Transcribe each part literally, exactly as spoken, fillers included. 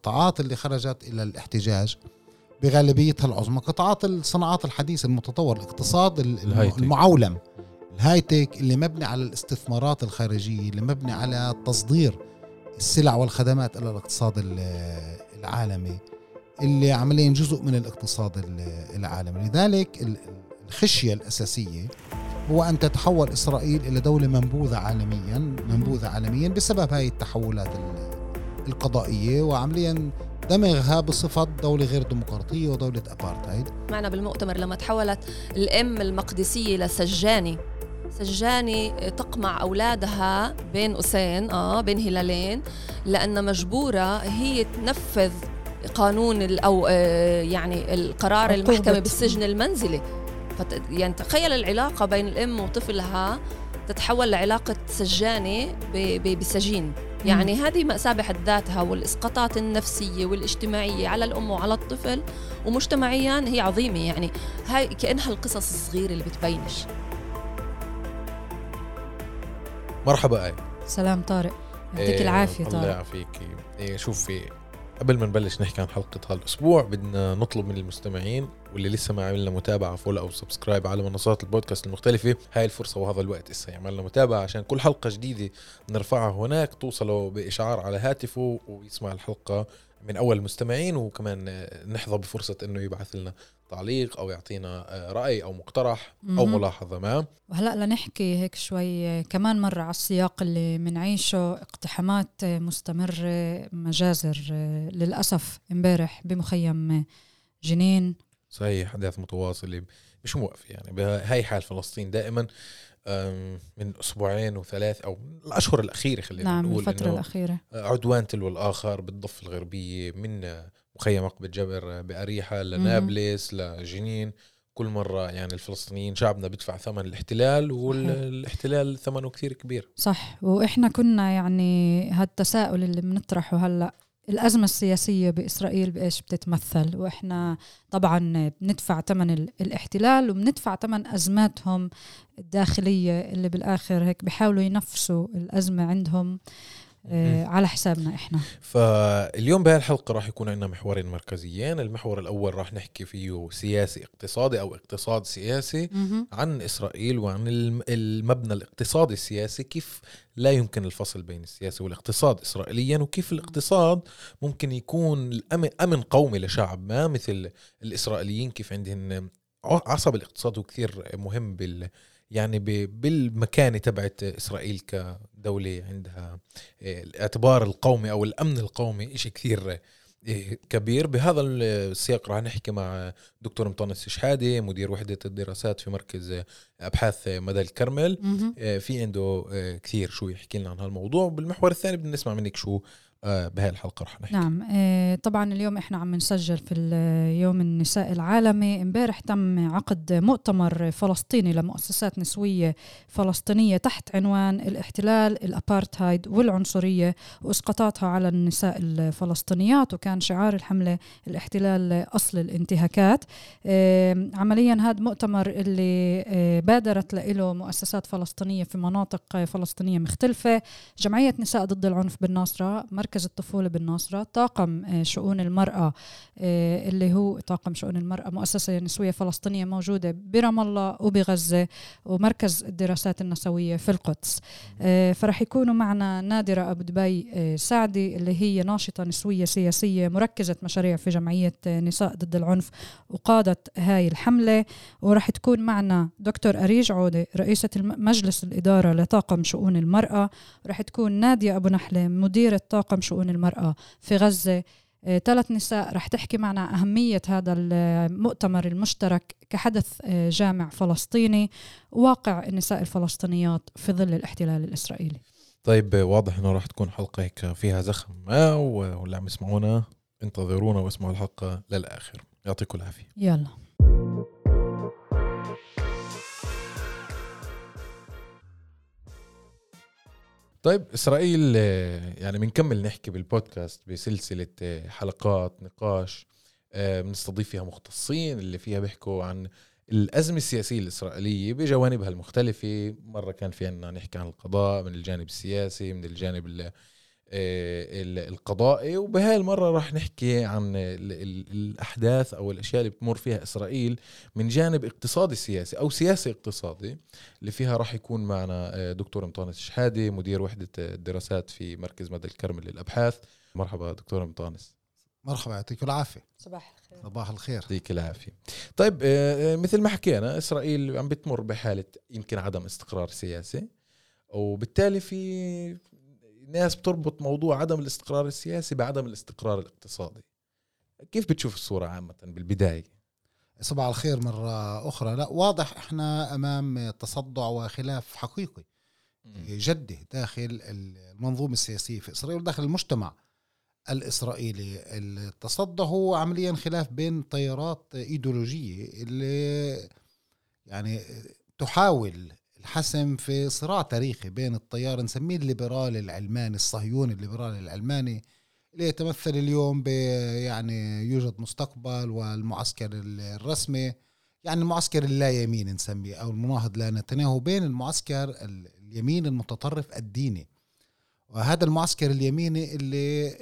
القطاعات اللي خرجت إلى الاحتجاج بغالبيتها العظمى قطاعات الصناعات الحديثة المتطور، الاقتصاد المعولم الهايتك اللي مبني على الاستثمارات الخارجية، اللي مبني على تصدير السلع والخدمات إلى الاقتصاد العالمي، اللي عمليا جزء من الاقتصاد العالمي. لذلك الخشية الأساسية هو أن تتحول إسرائيل إلى دولة منبوذة عالميا منبوذة عالميا بسبب هاي التحولات القضائية، وعمليا دمغها بصفة دولة غير ديمقراطية ودولة أبارتايد. معنا بالمؤتمر لما تحولت الأم المقدسية لسجاني سجاني تقمع أولادها بين قوسين آه بين هلالين، لأن مجبورة هي تنفذ قانون أو آه يعني القرار المحكمة بالسجن المنزلي. فت يعني تخيل العلاقة بين الأم وطفلها تتحول لعلاقة سجاني بسجين. يعني مم. هذه مأساة بحد ذاتها، والإسقاطات النفسية والاجتماعية على الأم وعلى الطفل ومجتمعيا هي عظيمة. يعني هاي كأنها القصص الصغيرة اللي بتبينش. مرحبا. أي سلام طارق، يعطيك إيه العافية طارق. الله يعافيك. إيه شوفي، قبل ما نبلش نحكي عن حلقة هالأسبوع بدنا نطلب من المستمعين واللي لسه ما عملنا متابعة فولو أو سبسكرايب على منصات البودكاست المختلفة، هاي الفرصة وهذا الوقت إسا يعملنا متابعة عشان كل حلقة جديدة نرفعها هناك توصلوا بإشعار على هاتفه ويسمع الحلقة من أول المستمعين، وكمان نحظى بفرصة إنه يبعث لنا تعليق أو يعطينا رأي أو مقترح أو ملاحظة. ما وهلأ لنحكي هيك شوي كمان مرة على السياق اللي منعيشه، اقتحامات مستمرة، مجازر للأسف امبارح بمخيم جنين. صحيح، أحداث متواصلة مش موقف. يعني هاي حال فلسطين دائما من أسبوعين وثلاث أو الأشهر الأخيرة خلينا نعم نقول الفترة الأخيرة عدوان تلو الآخر بالضفة الغربية، من مخيم عقبة جبر بأريحة لنابلس لجنين. كل مرة يعني الفلسطينيين شعبنا بيدفع ثمن الاحتلال، والاحتلال ثمنه كثير كبير. صح. وإحنا كنا يعني هالتساؤل اللي بنطرحه هلأ، الأزمة السياسية بإسرائيل بإيش بتتمثل؟ وإحنا طبعا بندفع ثمن الاحتلال وبندفع ثمن أزماتهم الداخلية اللي بالآخر هيك بيحاولوا ينفسوا الأزمة عندهم آه على حسابنا إحنا. فاليوم بهذه الحلقة راح يكون عندنا محورين مركزيين. المحور الأول راح نحكي فيه سياسي اقتصادي أو اقتصاد سياسي م- عن إسرائيل وعن المبنى الاقتصادي السياسي، كيف لا يمكن الفصل بين السياسة والاقتصاد إسرائيليا، وكيف الاقتصاد ممكن يكون الأمن أمن قومي لشعب ما مثل الإسرائيليين، كيف عندهم عصب الاقتصاد وكثير مهم بال يعني بالمكانة تبعت إسرائيل كدولة عندها الاعتبار القومي أو الأمن القومي إشي كثير كبير. بهذا السياق راح نحكي مع دكتور مطنس شحادي، مدير وحدة الدراسات في مركز أبحاث مدى الكرمل. في عنده كثير شو يحكي لنا عن هالموضوع. بالمحور الثاني بدنا نسمع منك شو بهاي الحلقة رح نحكي. نعم طبعا اليوم إحنا عم نسجل في يوم النساء العالمي. امبارح تم عقد مؤتمر فلسطيني لمؤسسات نسوية فلسطينية تحت عنوان الاحتلال، الأبارتهايد والعنصرية وإسقاطاتها على النساء الفلسطينيات، وكان شعار الحملة الاحتلال أصل الانتهاكات. عمليا هذا مؤتمر اللي بادرت له مؤسسات فلسطينية في مناطق فلسطينية مختلفة، جمعية نساء ضد العنف بالناصرة، مركز الطفولة بالناصرة، طاقم شؤون المرأة اللي هو طاقم شؤون المرأة مؤسسة نسوية فلسطينية موجودة برام الله وبغزة، ومركز الدراسات النسوية في القدس. فرح يكونوا معنا نادرة أبو دبي سعدي اللي هي ناشطة نسوية سياسية مركزة مشاريع في جمعية نساء ضد العنف وقادت هاي الحملة. ورح تكون معنا دكتور أريج عودة رئيسة مجلس الإدارة لطاقم شؤون المرأة. رح تكون نادية أبو نحلة مديرة طاقم شؤون المرأة في غزة. ثلاث نساء رح تحكي معنا أهمية هذا المؤتمر المشترك كحدث جامع فلسطيني، واقع النساء الفلسطينيات في ظل الاحتلال الإسرائيلي. طيب واضح أنه رح تكون حلقة هيك فيها زخم ما، واللي عم يسمعونا انتظرونا واسمعوا الحلقة للآخر. يعطيكم العافية. يلا. طيب إسرائيل يعني بنكمل نحكي بالبودكاست بسلسلة حلقات نقاش بنستضيف فيها مختصين اللي فيها بيحكوا عن الأزمة السياسية الإسرائيلية بجوانبها المختلفة. مرة كان في عنا نحكي عن القضاء من الجانب السياسي، من الجانب القضائي. وبهاي المرة راح نحكي عن الأحداث أو الأشياء اللي بتمر فيها إسرائيل من جانب اقتصادي سياسي أو سياسي اقتصادي، اللي فيها راح يكون معنا دكتور مطانس شحادي مدير وحدة الدراسات في مركز مدى الكرمل للأبحاث. مرحبا دكتور مطانس. مرحبا، يعطيك العافية. صباح الخير. صباح الخير. يعطيك العافية. طيب مثل ما حكينا إسرائيل عم بتمر بحالة يمكن عدم استقرار سياسي، وبالتالي في ناس بتربط موضوع عدم الاستقرار السياسي بعدم الاستقرار الاقتصادي. كيف بتشوف الصورة عامة بالبداية؟ صباح الخير مرة أخرى. لا، واضح إحنا أمام تصدع وخلاف حقيقي جدي داخل المنظومة السياسية في إسرائيل وداخل المجتمع الإسرائيلي. التصدع هو عمليا خلاف بين تيارات إيديولوجية اللي يعني تحاول الحسم في صراع تاريخي بين التيار نسميه الليبرالي العلماني الصهيوني الليبرالي العلماني اللي يتمثل اليوم ب يعني يوجد مستقبل والمعسكر الرسمي، يعني المعسكر اللا يمين نسميه أو المناهض لنتنياهو، بين المعسكر اليمين المتطرف الديني. وهذا المعسكر اليميني اللي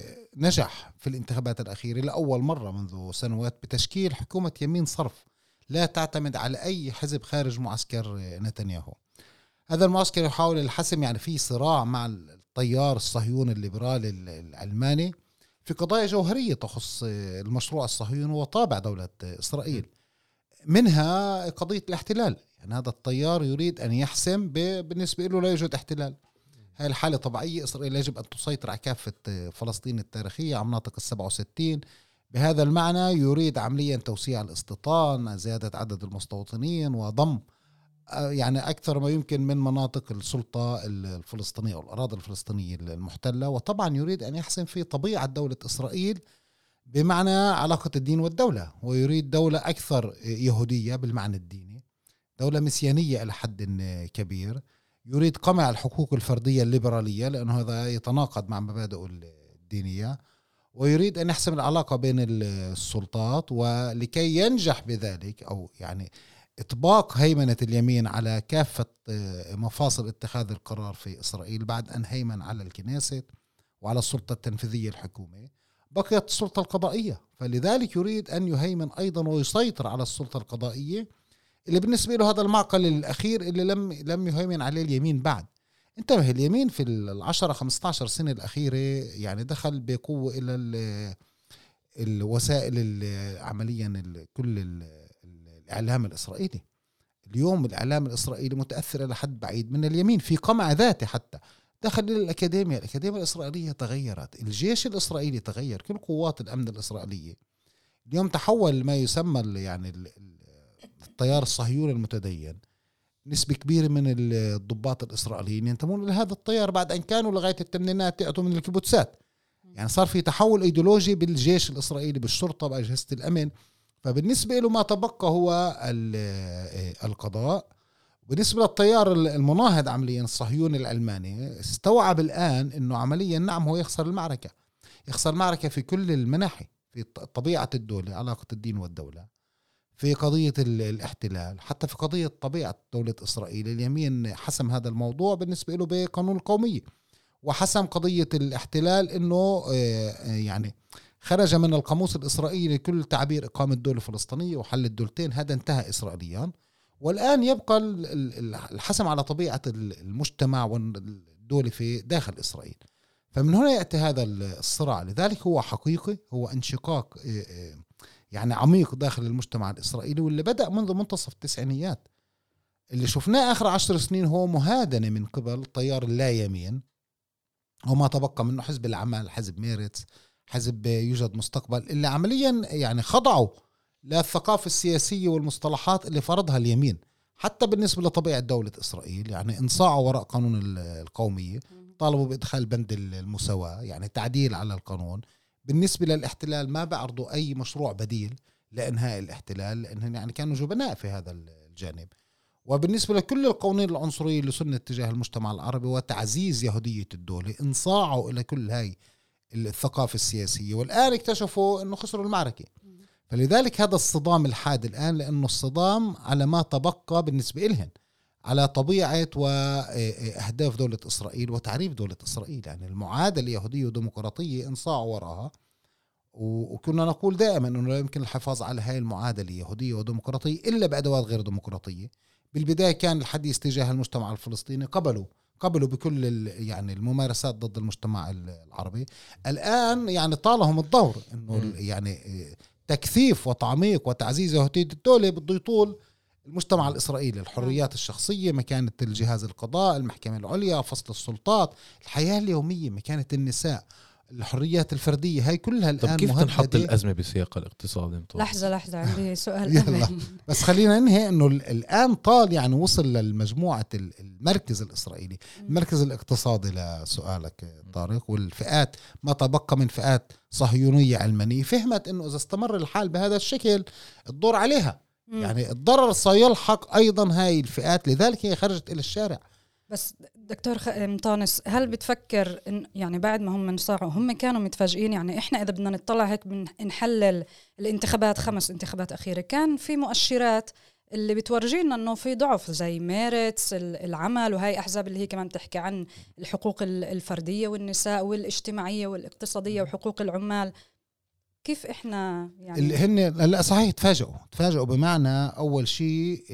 نجح في الانتخابات الأخيرة لأول مرة منذ سنوات بتشكيل حكومة يمين صرف لا تعتمد على أي حزب خارج معسكر نتنياهو. هذا المعسكر يحاول الحسم، يعني في صراع مع التيار الصهيوني الليبرالي العلماني في قضايا جوهرية تخص المشروع الصهيوني وطابع دولة إسرائيل، منها قضية الاحتلال. يعني هذا التيار يريد أن يحسم بالنسبة له لا يوجد احتلال، هاي الحالة طبيعية، إسرائيل يجب أن تسيطر على كافة فلسطين التاريخية على مناطق السبعة وستين. بهذا المعنى يريد عمليا توسيع الاستيطان، زيادة عدد المستوطنين، وضم يعني أكثر ما يمكن من مناطق السلطة الفلسطينية والأراضي الفلسطينية المحتلة. وطبعا يريد أن يحسن في طبيعة دولة إسرائيل بمعنى علاقة الدين والدولة، ويريد دولة أكثر يهودية بالمعنى الديني، دولة مسيانية إلى حد كبير. يريد قمع الحقوق الفردية الليبرالية لأنه هذا يتناقض مع مبادئه الدينية، ويريد أن يحسم العلاقة بين السلطات. ولكي ينجح بذلك أو يعني إطباق هيمنة اليمين على كافة مفاصل اتخاذ القرار في إسرائيل بعد أن هيمن على الكنيسة وعلى السلطة التنفيذية الحكومة، بقيت السلطة القضائية. فلذلك يريد أن يهيمن أيضا ويسيطر على السلطة القضائية اللي بالنسبة له هذا المعقل الأخير اللي لم لم يهيمن عليه اليمين بعد. انتبه، اليمين في العشرة خمسة عشر سنة الأخيرة يعني دخل بقوة إلى الوسائل عمليا كل الإعلام الإسرائيلي. اليوم الإعلام الإسرائيلي متأثر إلى حد بعيد من اليمين في قمع ذاتي، حتى دخل الأكاديمية الأكاديمية الإسرائيلية تغيرت، الجيش الإسرائيلي تغير، كل قوات الأمن الإسرائيلية اليوم تحول ما يسمى يعني التيار الصهيوني المتدين. نسبة كبيرة من الضباط الإسرائيليين ينتمون لهذا التيار بعد أن كانوا لغاية الثمانينات يأتوا من الكيبوتسات. يعني صار في تحول أيديولوجي بالجيش الإسرائيلي، بالشرطة، بأجهزة الأمن. فبالنسبة له ما تبقى هو القضاء. بالنسبة للتيار المناهض عمليا الصهيوني العلماني استوعب الآن أنه عمليا نعم هو يخسر المعركة، يخسر المعركة في كل المناحي، في طبيعة الدولة، علاقة الدين والدولة، في قضية الاحتلال، حتى في قضية طبيعة دولة إسرائيل. اليمين حسم هذا الموضوع بالنسبة له بقانون القومية، وحسم قضية الاحتلال أنه يعني خرج من القاموس الإسرائيلي كل تعبير إقامة دولة فلسطينية وحل الدولتين، هذا انتهى إسرائيليا. والآن يبقى الحسم على طبيعة المجتمع والدولة في داخل إسرائيل. فمن هنا يأتي هذا الصراع. لذلك هو حقيقي، هو انشقاق يعني عميق داخل المجتمع الإسرائيلي، واللي بدأ منذ منتصف التسعينيات. اللي شفناه آخر عشر سنين هو مهادنة من قبل تيار اللا يمين وما تبقى منه حزب العمل، حزب ميرتس، حزب يوجد مستقبل، اللي عمليا يعني خضعوا للثقافة السياسية والمصطلحات اللي فرضها اليمين حتى بالنسبة لطبيعة دولة إسرائيل. يعني انصاعوا وراء قانون القومية، طالبوا بإدخال بند المساواة، يعني تعديل على القانون. بالنسبة للاحتلال ما بعرضوا أي مشروع بديل لإنهاء الاحتلال، لأنهم يعني كانوا جبناء في هذا الجانب. وبالنسبة لكل القوانين العنصرية اللي سنت تجاه المجتمع العربي وتعزيز يهودية الدولة، انصاعوا إلى كل هاي الثقافة السياسية. والآن اكتشفوا أنه خسروا المعركة. فلذلك هذا الصدام الحاد الآن، لأنه الصدام على ما تبقى بالنسبة إلهن، على طبيعة وأهداف دولة إسرائيل وتعريف دولة إسرائيل. يعني المعادلة اليهودية وديمقراطية انصاعوا وراها، وكنا نقول دائما أنه لا يمكن الحفاظ على هاي المعادلة يهودية وديمقراطية إلا بأدوات غير ديمقراطية. بالبداية كان الحديث تجاه المجتمع الفلسطيني، قبلوا قبلوا بكل يعني الممارسات ضد المجتمع العربي. الآن يعني طالهم الدور أنه يعني تكثيف وتعميق وتعزيز يهودية الدولة بده يطول المجتمع الإسرائيلي، الحريات الشخصية، مكانة الجهاز القضاء، المحكمة العليا، فصل السلطات، الحياة اليومية، مكانة النساء، الحريات الفردية، هاي كلها الآن. طب كيف تنحط الأزمة بسياق الاقتصادي؟ لحظة لحظة عندي سؤال بس خلينا ننهي أنه الآن طال يعني وصل للمجموعة المركز الإسرائيلي، المركز الاقتصادي لسؤالك طارق، والفئات ما تبقى من فئات صهيونية علمانية فهمت أنه إذا استمر الحال بهذا الشكل الدور عليها، يعني الضرر سيلحق أيضا هاي الفئات، لذلك هي خرجت إلى الشارع. بس دكتور مطانس، هل بتفكر إن يعني بعد ما هم انصاعوا هم كانوا متفاجئين؟ يعني إحنا إذا بدنا نطلع هيك نحلل الانتخابات، خمس انتخابات أخيرة كان في مؤشرات اللي بتورجينا إنه في ضعف زي ميرتس العمل، وهي أحزاب اللي هي كمان تحكي عن الحقوق الفردية والنساء والاجتماعية والاقتصادية وحقوق العمال. كيف إحنا يعني اللي هن لا صحيح تفاجئوا تفاجئوا بمعنى أول شيء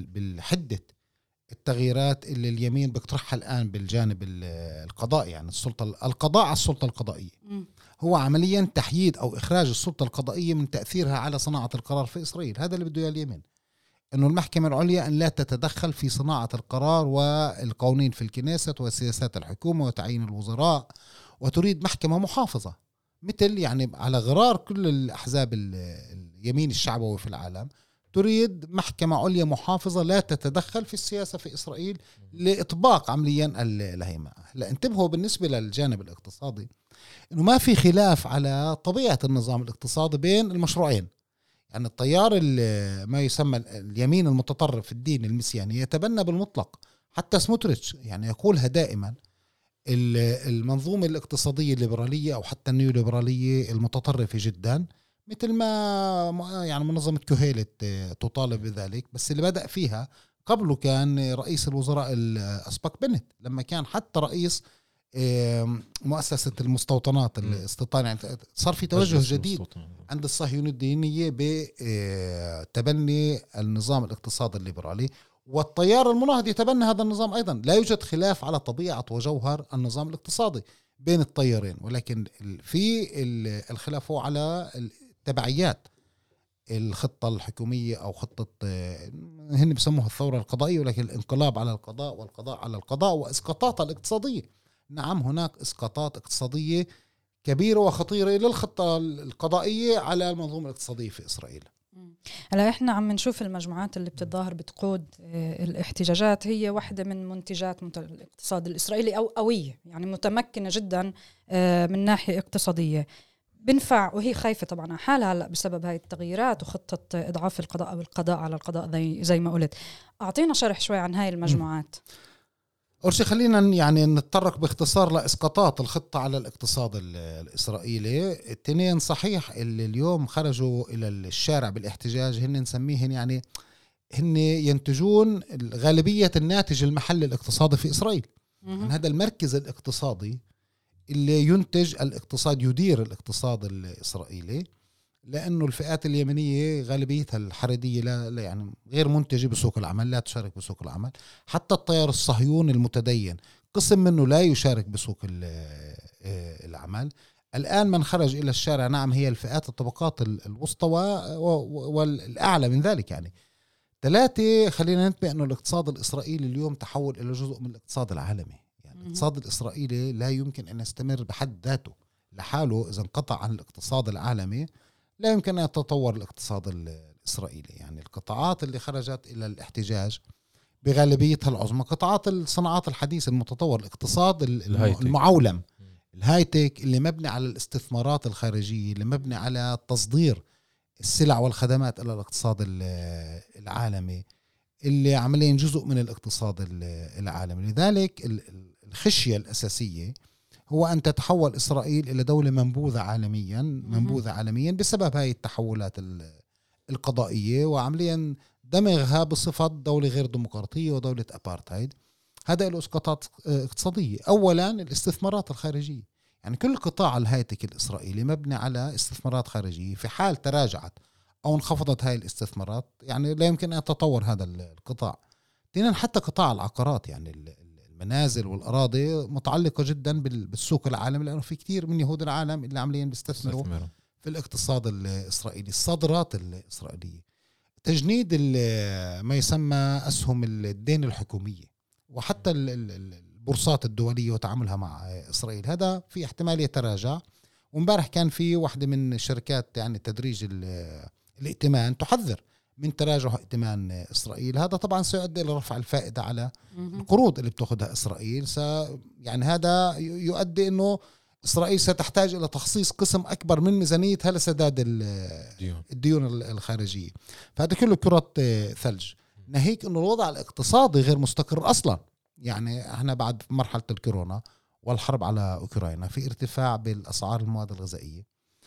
بالحدة التغييرات اللي اليمين بيقترحها الآن بالجانب القضائي، يعني السلطة القضاء على السلطة القضائية م. هو عمليا تحييد أو إخراج السلطة القضائية من تأثيرها على صناعة القرار في إسرائيل. هذا اللي بده إياه اليمين، إنه المحكمة العليا أن لا تتدخل في صناعة القرار والقوانين في الكنيسة وسياسات الحكومة وتعيين الوزراء، وتريد محكمة محافظة مثل يعني على غرار كل الأحزاب اليمين الشعبوي في العالم، تريد محكمة عليا محافظة لا تتدخل في السياسة في إسرائيل لإطباق عمليا الهيمنة. لا انتبهوا بالنسبة للجانب الاقتصادي إنه ما في خلاف على طبيعة النظام الاقتصادي بين المشروعين. يعني التيار ما يسمى اليمين المتطرف الديني المسياني يتبنى بالمطلق، حتى سموتريتش يعني يقولها دائما، المنظومة الاقتصادية الليبرالية أو حتى النيوليبرالية المتطرفة جدا، مثل ما يعني منظمة كوهيلت تطالب بذلك، بس اللي بدأ فيها قبله كان رئيس الوزراء الأسبق بنت لما كان حتى رئيس مؤسسة المستوطنات الاستيطان. يعني صار في توجه جديد عند الصهيونية الدينية بتبني النظام الاقتصادي الليبرالي، والتيار المناهض يتبنى هذا النظام أيضا. لا يوجد خلاف على طبيعة وجوهر النظام الاقتصادي بين التيارين، ولكن في الخلاف هو على تبعيات الخطة الحكومية أو خطة هن بسموها الثورة القضائية، ولكن الانقلاب على القضاء والقضاء على القضاء وإسقاطات الاقتصادية. نعم هناك إسقاطات اقتصادية كبيرة وخطيرة للخطة القضائية على المنظومة الاقتصادية في إسرائيل. هلا احنا عم نشوف المجموعات اللي بتتظاهر بتقود الاحتجاجات هي واحدة من منتجات الاقتصاد الإسرائيلي أو قوية، يعني متمكنة جدا من ناحية اقتصادية، بنفع، وهي خايفة طبعا على حالها هلا بسبب هاي التغييرات وخطة إضعاف القضاء أو القضاء على القضاء زي, زي ما قلت. أعطينا شرح شوي عن هاي المجموعات. أول شيء خلينا يعني نتطرق باختصار لإسقاطات الخطة على الاقتصاد الإسرائيلي. التنين صحيح اللي اليوم خرجوا إلى الشارع بالاحتجاج هن نسميهن يعني هن ينتجون غالبية الناتج المحلي الاقتصادي في إسرائيل. يعني هذا المركز الاقتصادي اللي ينتج الاقتصاد، يدير الاقتصاد الإسرائيلي، لأنه الفئات اليمنية غالبيتها الحريدية لا, لا يعني غير منتجة بسوق العمل، لا تشارك بسوق العمل. حتى التيار الصهيوني المتدين قسم منه لا يشارك بسوق العمل. الآن من خرج إلى الشارع نعم هي الفئات الطبقات الوسطى والأعلى من ذلك. يعني ثلاثة، خلينا ننتبه أنه الاقتصاد الإسرائيلي اليوم تحول إلى جزء من الاقتصاد العالمي. يعني الاقتصاد الإسرائيلي لا يمكن أن يستمر بحد ذاته لحاله، إذا انقطع عن الاقتصاد العالمي لا يمكن أن يتطور الاقتصاد الإسرائيلي. يعني القطاعات اللي خرجت إلى الاحتجاج بغالبيتها العظمى قطاعات الصناعات الحديثة المتطور، الاقتصاد المعولم، الهايتك اللي مبني على الاستثمارات الخارجية، اللي مبني على تصدير السلع والخدمات إلى الاقتصاد العالمي، اللي عمليا جزء من الاقتصاد العالمي. لذلك الخشية الأساسية هو أن تتحول إسرائيل إلى دولة منبوذة عالميا منبوذة عالميا بسبب هاي التحولات القضائية، وعمليا دمغها بصفة دولة غير ديمقراطية ودولة أبارتايد. هذا له إسقاطات اقتصادية. أولا الاستثمارات الخارجية، يعني كل قطاع الهايتك الإسرائيلي مبني على استثمارات خارجية. في حال تراجعت أو انخفضت هاي الاستثمارات يعني لا يمكن أن يتطور هذا القطاع. تنين حتى قطاع العقارات، يعني المنازل والأراضي متعلقة جدا بالسوق العالمي، لأنه في كتير من يهود العالم اللي عمليا بيستثمروا في الاقتصاد الإسرائيلي. الصادرات الإسرائيلية، تجنيد ما يسمى أسهم الدين الحكومية، وحتى البورصات الدولية وتعاملها مع إسرائيل، هذا في احتمال يتراجع. ومبارح كان في واحدة من شركات يعني تدريج الائتمان تحذر من تراجع ائتمان إسرائيل. هذا طبعا سيؤدي إلى رفع الفائدة على القروض اللي بتأخذها إسرائيل. س يعني هذا يؤدي إنه إسرائيل ستحتاج إلى تخصيص قسم أكبر من ميزانيتها لسداد الديون الخارجية. فهذا كله كرة ثلج، ناهيك إنه الوضع الاقتصادي غير مستقر أصلا. يعني احنا بعد مرحلة الكورونا والحرب على أوكرانيا في ارتفاع بالأسعار المواد الغذائية،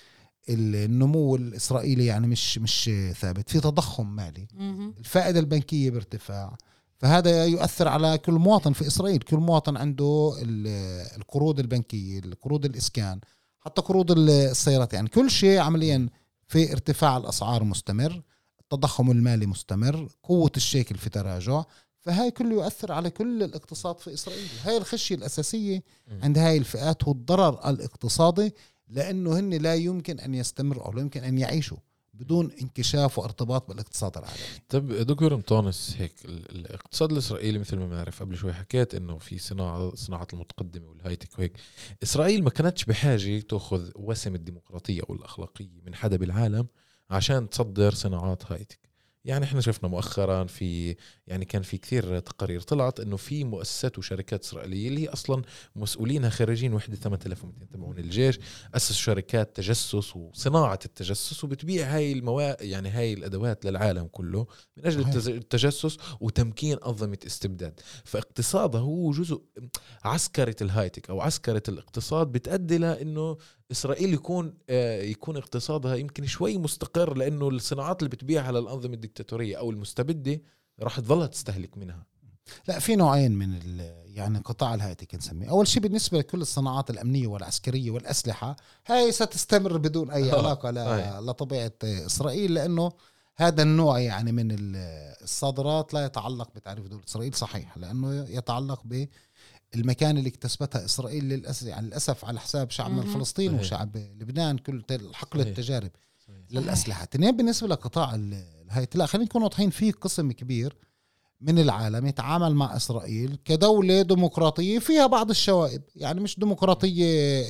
النمو الإسرائيلي يعني مش مش ثابت، في تضخم مالي، الفائدة البنكية بارتفاع. فهذا يؤثر على كل مواطن في إسرائيل. كل مواطن عنده القروض البنكية، القروض الإسكان، حتى قروض السيارات، يعني كل شيء عمليا في ارتفاع الأسعار مستمر، التضخم المالي مستمر، قوة الشيكل في تراجع. فهاي كله يؤثر على كل الاقتصاد في إسرائيل. هاي الخشية الأساسية عند هاي الفئات هو الضرر الاقتصادي، لأنه هن لا يمكن أن يستمر أو لا يمكن أن يعيشوا بدون انكشاف وارتباط بالاقتصاد العالمي. طب دكتور مطانس، هيك الاقتصاد الإسرائيلي مثل ما بنعرف قبل شوي حكيت إنه في صناعة صناعة المتقدمة والهايتك وهيك. إسرائيل ما كانتش بحاجة تأخذ وسم الديمقراطية أو الأخلاقية من حدا بالعالم عشان تصدر صناعات هايتك. يعني احنا شفنا مؤخرا في يعني كان في كثير تقارير طلعت انه في مؤسسات وشركات اسرائيليه اللي هي اصلا مسؤولينها خريجين وحده ثمانية آلاف ومئتين تبعون الجيش، اسسوا شركات تجسس وصناعه التجسس وبتبيع هاي الموا يعني هاي الادوات للعالم كله من اجل التجسس وتمكين انظمه استبداد. فاقتصادها هو جزء عسكره الهايتك او عسكره الاقتصاد، بتؤدي لانه إسرائيل يكون يكون اقتصادها يمكن شوي مستقر، لأنه الصناعات اللي بتبيعها للأنظمة الدكتاتورية أو المستبدة راح تظل تستهلك منها. لا، في نوعين من يعني قطاع الهايتك نسميه. أول شيء بالنسبة لكل الصناعات الأمنية والعسكرية والأسلحة، هاي ستستمر بدون أي علاقة لطبيعة إسرائيل، لأنه هذا النوع يعني من الصادرات لا يتعلق بتعريف دولة إسرائيل، صحيح، لأنه يتعلق ب المكان اللي اكتسبتها إسرائيل للأسف يعني للأسف على حساب شعبنا الفلسطيني وشعب لبنان، كل حقل التجارب للأسلحة. تنين بالنسبة لقطاع الهايتك، لا خلينا نكون واضحين، في قسم كبير من العالم يتعامل مع إسرائيل كدولة ديمقراطية فيها بعض الشوائب، يعني مش ديمقراطية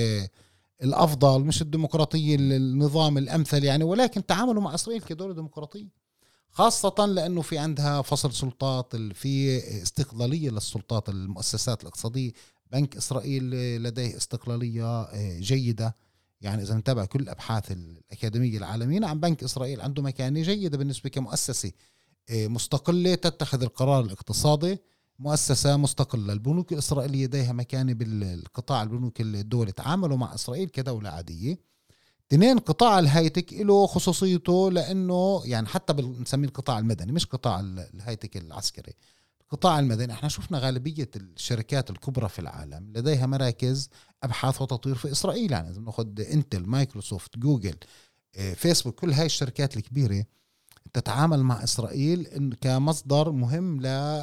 الأفضل، مش الديمقراطية النظام الأمثل يعني، ولكن تعاملوا مع إسرائيل كدولة ديمقراطية، خاصة لأنه في عندها فصل سلطات، في استقلالية للسلطات المؤسسات الاقتصادية. بنك إسرائيل لديه استقلالية جيدة، يعني إذا نتابع كل الأبحاث الأكاديمية العالمية عن بنك إسرائيل عنده مكانة جيدة بالنسبة كمؤسسة مستقلة تتخذ القرار الاقتصادي، مؤسسة مستقلة. البنوك الإسرائيلية لديها مكانة بالقطاع البنوك الدولي، تعاملوا مع إسرائيل كدولة عادية. تنين قطاع الهايتك له خصوصيته، لأنه يعني حتى بنسميه القطاع المدني مش قطاع الهايتك العسكري. القطاع المدني احنا شفنا غالبية الشركات الكبرى في العالم لديها مراكز أبحاث وتطوير في إسرائيل. يعني إذا نأخذ انتل، مايكروسوفت، جوجل، فيسبوك، كل هاي الشركات الكبيرة تتعامل مع إسرائيل كمصدر مهم ل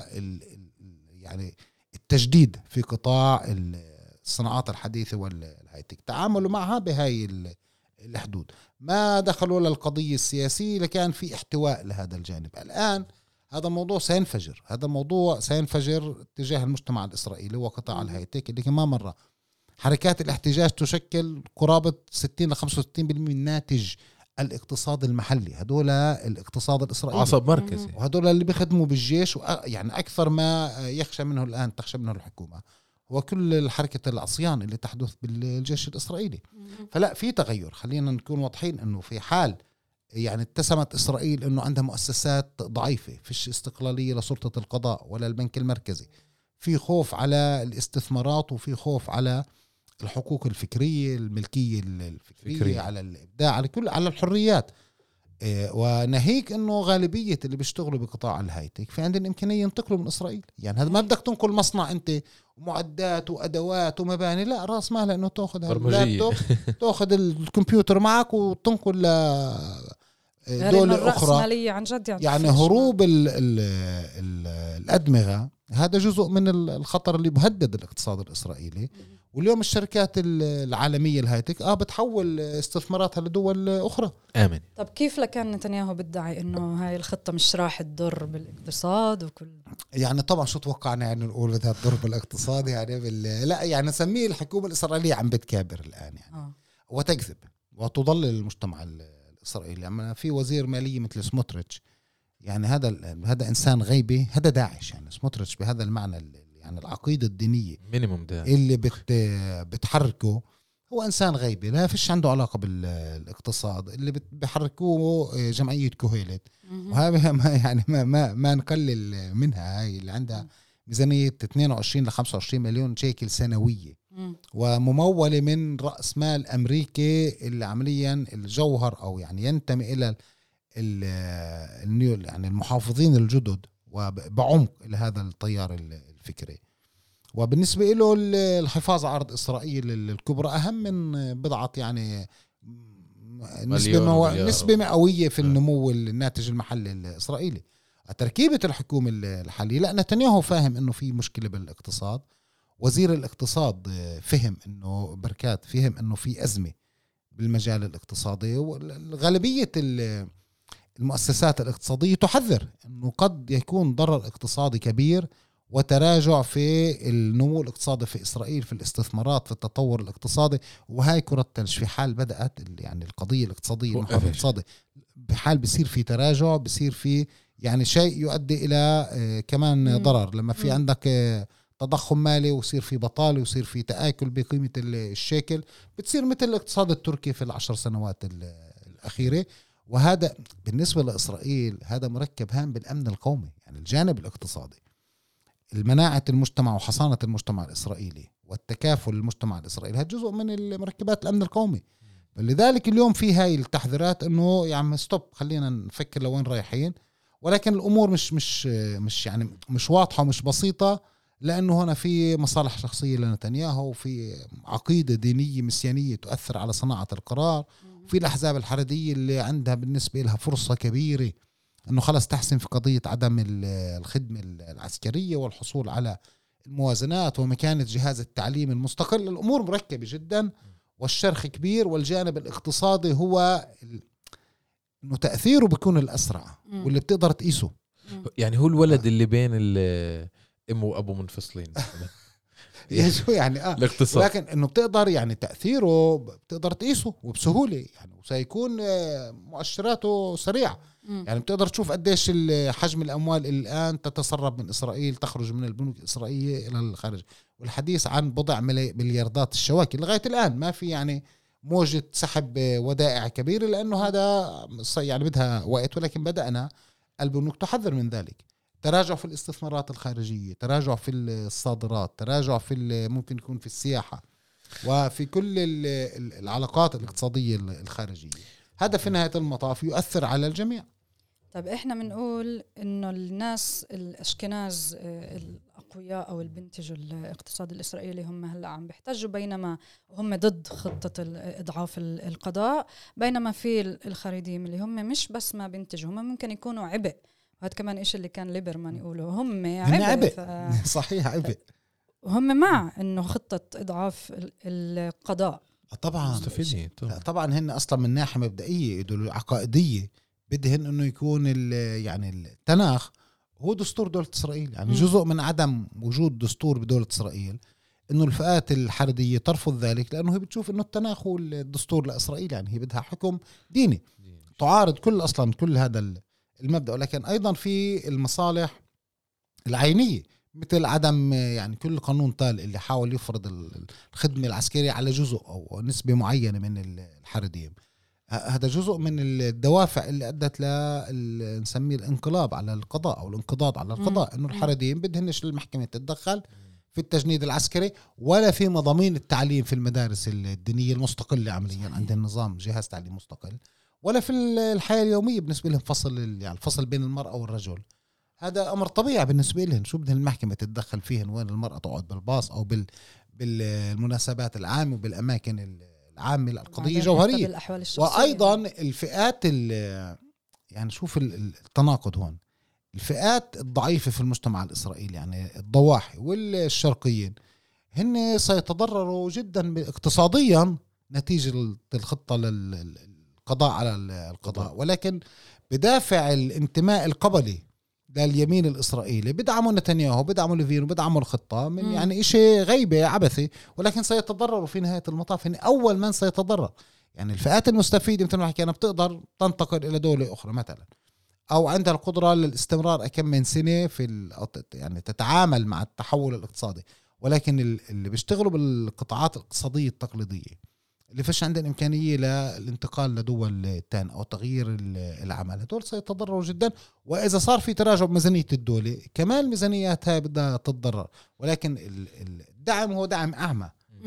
يعني التجديد في قطاع الصناعات الحديثة والهايتك. تعاملوا معها بهاي الحدود، ما دخلوا للقضية السياسية، لكان في احتواء لهذا الجانب. الآن هذا الموضوع سينفجر، هذا الموضوع سينفجر تجاه المجتمع الإسرائيلي وقطاع الهايتك اللي كمان مرة حركات الاحتجاج تشكل قرابة ستين إلى خمسة وستين بالمئة من ناتج الاقتصاد المحلي. هدول الاقتصاد الإسرائيلي عصب مركزي، وهدول اللي بيخدموا بالجيش، يعني أكثر ما يخشى منه الآن تخشى منه الحكومة وكل الحركة العصيان اللي تحدث بالجيش الإسرائيلي. فلا، في تغير. خلينا نكون واضحين أنه في حال يعني اتسمت إسرائيل أنه عندها مؤسسات ضعيفة، فيش استقلالية لسلطة القضاء ولا البنك المركزي، في خوف على الاستثمارات وفي خوف على الحقوق الفكرية، الملكية الفكرية فكرية. على الإبداع، على كل على الحريات. وناهيك انه غالبيه اللي بيشتغلوا بقطاع الهايتك في عندهم امكانيه ينتقلوا من اسرائيل. يعني هذا ما بدك تنقل مصنع انت معدات وادوات ومباني، لا، راس مال انه تاخذ اللابتوب تاخذ الكمبيوتر معك وتنقل ل دولة اخرى. عن جد يعني, يعني هروب ال ال ال الادمغه هذا جزء من الخطر اللي بهدد الاقتصاد الاسرائيلي. واليوم الشركات العالمية الهايتك اه بتحول استثماراتها لدول اخرى. امن. طب كيف لكان نتنياهو بدعي انه هاي الخطة مش راح تضر بالاقتصاد وكل؟ يعني طبعا شو توقعنا يعني نقول بدها تضر بالاقتصاد يعني بال... لا يعني نسميه الحكومة الاسرائيلية عم بتكابر الان يعني آه. وتكذب وتضلل المجتمع الاسرائيلي. يعني في وزير مالية مثل سموتريتش، يعني هذا هذا انسان غيبي، هذا داعش. يعني سموتريتش بهذا المعنى اللي يعني العقيدة الدينية مينيموم ده اللي بت بتحركه هو إنسان غيبي لا فيش عنده علاقة بالاقتصاد. اللي بيحركوه جمعية كوهيلت، وهذا ما يعني ما ما ما نقلل منها. هاي اللي عندها ميزانية اثنين وعشرين لخمسة وعشرين مليون شيكل سنوية، وممولة من رأس مال أمريكي اللي عمليا الجوهر أو يعني ينتمي إلى ال يعني المحافظين الجدد وبعمق لهذا التيار الفكري. وبالنسبة له الحفاظ على أرض إسرائيل الكبرى أهم من بضعة يعني نسبة, مو... نسبة مئوية في النمو الناتج المحلي الإسرائيلي. تركيبة الحكومة الحالية، لا، نتنياهو فاهم أنه في مشكلة بالاقتصاد. وزير الاقتصاد فهم أنه بركات فهم أنه في أزمة بالمجال الاقتصادي. وغالبية المؤسسات الاقتصادية تحذر أنه قد يكون ضرر اقتصادي كبير وتراجع في النمو الاقتصادي في إسرائيل، في الاستثمارات، في التطور الاقتصادي. وهاي كرة تلج في حال بدأت يعني القضية الاقتصادية المحور الاقتصادي بحال بصير في تراجع، بصير في يعني شيء يؤدي إلى كمان ضرر. لما في عندك تضخم مالي ويصير في بطالة ويصير في تآكل بقيمة الشيكل، بتصير مثل الاقتصاد التركي في العشر سنوات الأخيرة. وهذا بالنسبة لإسرائيل هذا مركب هام بالأمن القومي. يعني الجانب الاقتصادي، المناعة المجتمع وحصانة المجتمع الإسرائيلي والتكافل المجتمع الإسرائيلي، هذا جزء من المركبات الأمن القومي. لذلك اليوم في هاي التحذيرات إنه يعني ستوب، خلينا نفكر لوين رايحين. ولكن الأمور مش مش مش يعني مش واضحة ومش بسيطة، لأنه هنا في مصالح شخصية لنتنياهو، وفي عقيدة دينية مسيانية تؤثر على صناعة القرار، وفي الأحزاب الحريدية اللي عندها بالنسبة لها فرصة كبيرة أنه خلص تحسن في قضية عدم الخدمة العسكرية والحصول على الموازنات ومكانة جهاز التعليم المستقل. الأمور مركبة جدا والشرخ كبير. والجانب الاقتصادي هو أنه تأثيره بيكون الأسرع واللي بتقدر تقيسه. يعني هو الولد اللي بين الأم وأبو منفصلين يعني شو يعني آه. الاقتصاد، لكن انه بتقدر يعني تأثيره بتقدر تقيسه وبسهولة يعني، وسيكون مؤشراته سريعة. يعني بتقدر تشوف قديش حجم الأموال الآن تتسرب من إسرائيل، تخرج من البنوك الإسرائيلية إلى الخارج. والحديث عن بضع ملياردات الشواكل لغاية الآن ما في يعني موجة سحب ودائع كبيرة، لأنه هذا يعني بدها وقت. ولكن بدأنا البنوك تحذر من ذلك. تراجع في الاستثمارات الخارجية، تراجع في الصادرات، تراجع في ممكن يكون في السياحة وفي كل العلاقات الاقتصادية الخارجية. هذا في نهاية المطاف يؤثر على الجميع. طب احنا بنقول انه الناس الاشكناز الاقوياء او البنتجوا الاقتصاد الاسرائيلي هم هلا عم بيحتجوا، بينما هم ضد خطة اضعاف القضاء، بينما في الخريديم اللي هم مش بس ما بنتجوا، هم ممكن يكونوا عبء. هذا كمان إيش اللي كان ليبرمان يقوله، هم عبء, عبء. ف... صحيح عبء. وهم مع إنه خطة إضعاف القضاء. طبعا طبعا طبعا هن أصلا من ناحية مبدئية عقائدية بدهن إنه يكون يعني التناخ هو دستور دولة إسرائيل. يعني م. جزء من عدم وجود دستور بدولة إسرائيل إنه الفئات الحريدية ترفض ذلك، لأنه هي بتشوف إنه التناخ هو الدستور لإسرائيل. يعني هي بدها حكم ديني تعارض كل أصلا كل هذا المبدأ. ولكن أيضا في المصالح العينية مثل عدم يعني كل قانون طال اللي حاول يفرض الخدمة العسكرية على جزء أو نسبة معينة من الحريديم. هذا جزء من الدوافع اللي أدت ل نسميه الانقلاب على القضاء أو الانقضاض على القضاء، إنه الحريديم بدهنش المحكمة تتدخل في التجنيد العسكري ولا في مضامين التعليم في المدارس الدينية المستقلة. عمليا عندنا نظام جهاز تعليم مستقل، ولا في الحياة اليومية بالنسبة لهم فصل يعني الفصل بين المرأة والرجل. هذا أمر طبيعي بالنسبة لهم. شو بدها المحكمة تتدخل فيهن وين المرأة تقعد بالباص أو بال بالمناسبات العامة وبالأماكن العامة؟ القضية جوهرية. وأيضا الفئات يعني شوف التناقض هون، الفئات الضعيفة في المجتمع الإسرائيلي يعني الضواحي والشرقيين هن سيتضرروا جدا اقتصاديا نتيجة الخطة للقضاء على القضاء، ولكن بدافع الانتماء القبلي لليمين الإسرائيلي بدعموا نتنياهو، بدعموا ليفين، وبدعموا الخطة من م. يعني إشي غيبة عبثي، ولكن سيتضرروا في نهاية المطاف. يعني أول من سيتضرر يعني الفئات المستفيدة مثل ما حكينا بتقدر تنتقل إلى دولة أخرى مثلا، أو عندها القدرة للاستمرار أكم من سنة في يعني تتعامل مع التحول الاقتصادي. ولكن اللي بيشتغلوا بالقطاعات الاقتصادية التقليدية اللي فيش عندهم إمكانية للانتقال لدول تانية أو تغيير العمل، هدول سيتضرروا جدا. وإذا صار في تراجع بميزانية الدولة كمان ميزانيات هاي بدها تتضرر. ولكن الدعم هو دعم أعمى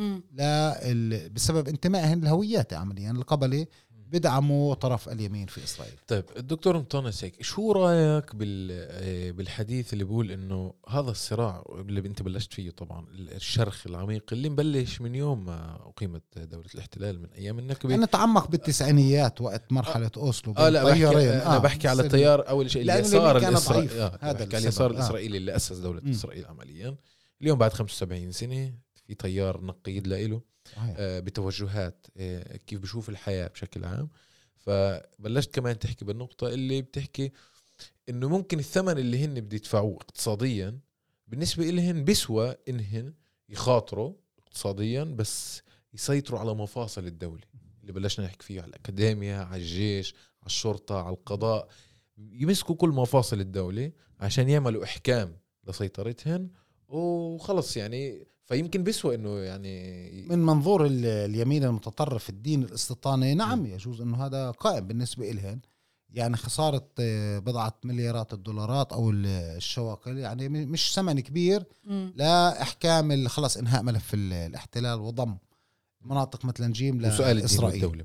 لا بسبب انتمائهم للهويات عمليا القبلي، بدعموا طرف اليمين في إسرائيل. طيب الدكتور مطانسك، شو رأيك بالحديث اللي بيقول إنه هذا الصراع اللي أنت بلشت فيه طبعا الشرخ العميق اللي مبلش من يوم ما أقيمت دولة الاحتلال من أيام النكبة؟ أنا تعمق بالتسعينيات وقت مرحلة آه أوسلو. آه لا بحكي آه أنا بحكي على التيار أول شيء اليسار الإسرائيلي، آه هذا اليسار الإسرائيلي اللي أسس دولة م. إسرائيل عمليا. اليوم بعد خمسة وسبعين سنة في تيار نقيض لإله آه بتوجهات آه كيف بشوف الحياة بشكل عام. فبلشت كمان تحكي بالنقطة اللي بتحكي إنه ممكن الثمن اللي هن بدي يدفعوه اقتصاديا بالنسبة إلهن بسوى إنهن يخاطروا اقتصاديا بس يسيطروا على مفاصل الدولة اللي بلشنا نحكي فيه، على الأكاديمية، على الجيش، على الشرطة، على القضاء، يمسكوا كل مفاصل الدولة عشان يعملوا إحكام لسيطرتهن وخلص. يعني فيمكن بسوى انه يعني من منظور اليمين المتطرف الدين الاستيطاني نعم يجوز انه هذا قائم بالنسبه إلهن. يعني خساره بضعه مليارات الدولارات او الشواكل يعني مش ثمن كبير م. لا احكام خلص انهاء ملف الاحتلال وضم مناطق مثل نجيم لاسرائيل.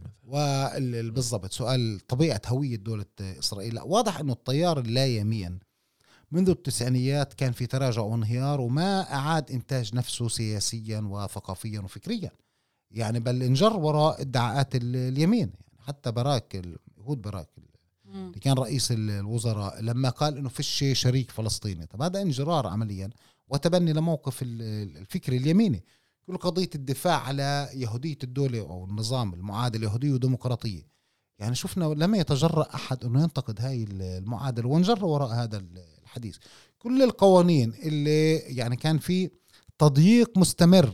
وبالضبط سؤال طبيعه هويه دوله اسرائيل. واضح انه التيار اللا يمين منذ التسعينيات كان في تراجع وانهيار وما أعاد إنتاج نفسه سياسيا وثقافيا وفكريا، يعني بل انجر وراء ادعاءات اليمين. يعني حتى براك يهود براك اللي كان رئيس الوزراء لما قال إنه فيش شريك فلسطيني، طب هذا انجرار عمليا وتبني لموقف الفكر اليميني. كل قضية الدفاع على يهودية الدولة أو النظام المعادل يهودية وديمقراطية، يعني شفنا لم يتجرأ أحد أنه ينتقد هاي المعادلة وانجر وراء هذا الحديث. كل القوانين اللي يعني كان في تضييق مستمر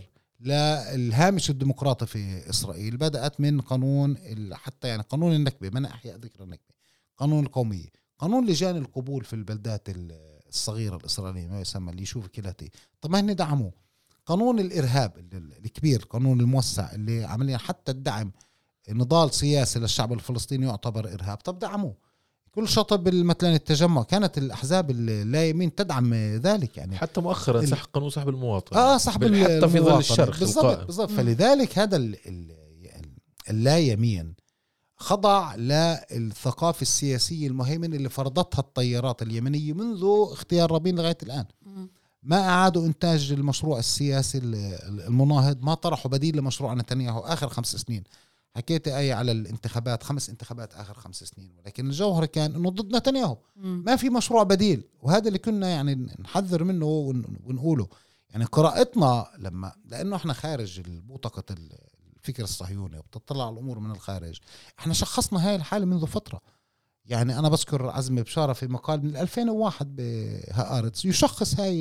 للهامش الديمقراطي في إسرائيل بدأت من قانون حتى يعني قانون النكبة، منع إحياء ذكر النكبة، قانون القومية، قانون لجان القبول في البلدات الصغيرة الإسرائيلية ما يسمى اللي يشوف كلاتي. طب ما هن دعموه. قانون الإرهاب الكبير، قانون الموسع اللي عمليا حتى الدعم نضال سياسي للشعب الفلسطيني يعتبر إرهاب، طب دعموه. كل شطب مثلا التجمع كانت الأحزاب اللا يمين تدعم ذلك. يعني حتى مؤخرا سحب قانون سحب المواطن آه سحب حتى في ظل الشرخ بالضبط بالضبط. فلذلك هذا اللا يمين خضع للثقافة السياسية المهيمنة اللي فرضتها التيارات اليمنية منذ اختيار رابين لغاية الآن. ما أعادوا إنتاج المشروع السياسي المناهض، ما طرحوا بديل لمشروع نتنياهو آخر خمس سنين. حكيت أي على الانتخابات، خمس انتخابات آخر خمس سنين، ولكن الجوهر كان إنه ضد نتنياهو، ما في مشروع بديل. وهذا اللي كنا يعني نحذر منه ونقوله. يعني قراءتنا لما لأنه إحنا خارج البوتقة الفكر الصهيوني وبتطلع على الأمور من الخارج، إحنا شخصنا هاي الحالة منذ فترة. يعني أنا بذكر عزمي بشارة في مقال من ألفين وواحد بهآرتس يشخص هاي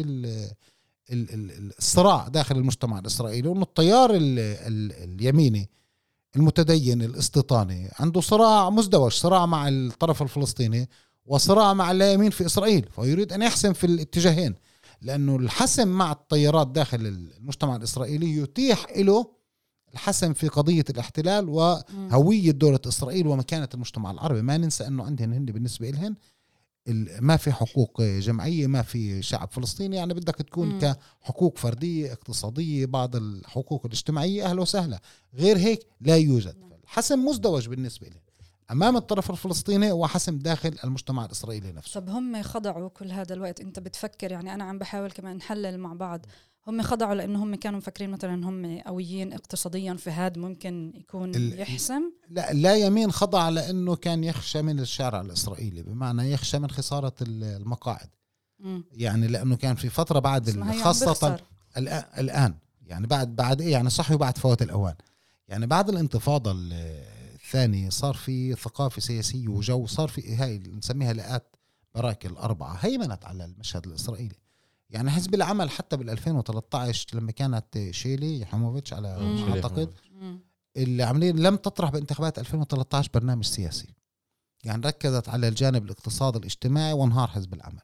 الصراع داخل المجتمع الإسرائيلي، وإنه التيار اليميني المتدين الاستيطاني عنده صراع مزدوج، صراع مع الطرف الفلسطيني وصراع مع اللا يمين في إسرائيل، فيريد أن يحسم في الاتجاهين. لأنه الحسم مع التيارات داخل المجتمع الإسرائيلي يتيح له الحسم في قضية الاحتلال وهوية دولة إسرائيل ومكانة المجتمع العربي. ما ننسى أنه عندهن هن بالنسبة إلهن ما في حقوق جمعية، ما في شعب فلسطيني، يعني بدك تكون م. كحقوق فردية اقتصادية، بعض الحقوق الاجتماعية أهلا وسهلا، غير هيك لا يوجد. الحسم مزدوج بالنسبة له. أمام الطرف الفلسطيني وحسم داخل المجتمع الإسرائيلي نفسه. طب هم خضعوا كل هذا الوقت؟ أنت بتفكر يعني أنا عم بحاول كمان نحلل مع بعض، هم خضعوا لأنه هم كانوا مفكرين مثلا هم قويين اقتصاديا فهاد ممكن يكون يحسم؟ لا لا يمين خضع لأنه كان يخشى من الشارع الإسرائيلي، بمعنى يخشى من خسارة المقاعد. م. يعني لأنه كان في فترة بعد خاصة الآن يعني بعد بعد إيه يعني صحي وبعد فوات الأوان، يعني بعد الانتفاضة الثانية صار في ثقافة سياسية وجو، صار في هاي نسميها لقات براكة الأربعة هيمنت على المشهد الإسرائيلي. يعني حزب العمل حتى بال ألفين وثلاثة عشر لما كانت شيلي يحموفيتش على ما أعتقد اللي عاملين لم تطرح بانتخابات ألفين وثلاثة عشر برنامج سياسي، يعني ركزت على الجانب الاقتصادي الاجتماعي وانهار حزب العمل.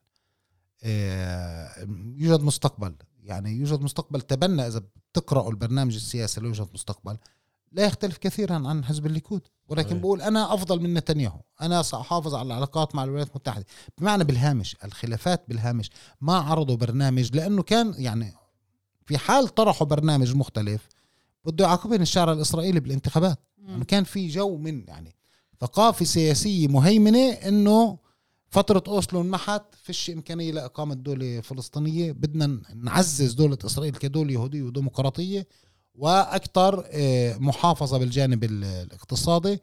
يوجد مستقبل، يعني يوجد مستقبل تبنى إذا بتقرأوا البرنامج السياسي لا يوجد مستقبل لا يختلف كثيرا عن حزب الليكود، ولكن بقول أنا أفضل من نتنياهو، أنا سأحافظ على العلاقات مع الولايات المتحدة، بمعنى بالهامش الخلافات بالهامش. ما عرضوا برنامج لأنه كان يعني في حال طرحوا برنامج مختلف بده يعاقبهم الشارع الإسرائيلي بالانتخابات. يعني كان في جو من يعني ثقافة سياسية مهيمنة إنه فترة أوسلو انمحت، فيش إمكانية لإقامة دولة فلسطينية، بدنا نعزز دولة إسرائيل كدولة يهودية وديمقراطية وأكثر محافظة بالجانب الاقتصادي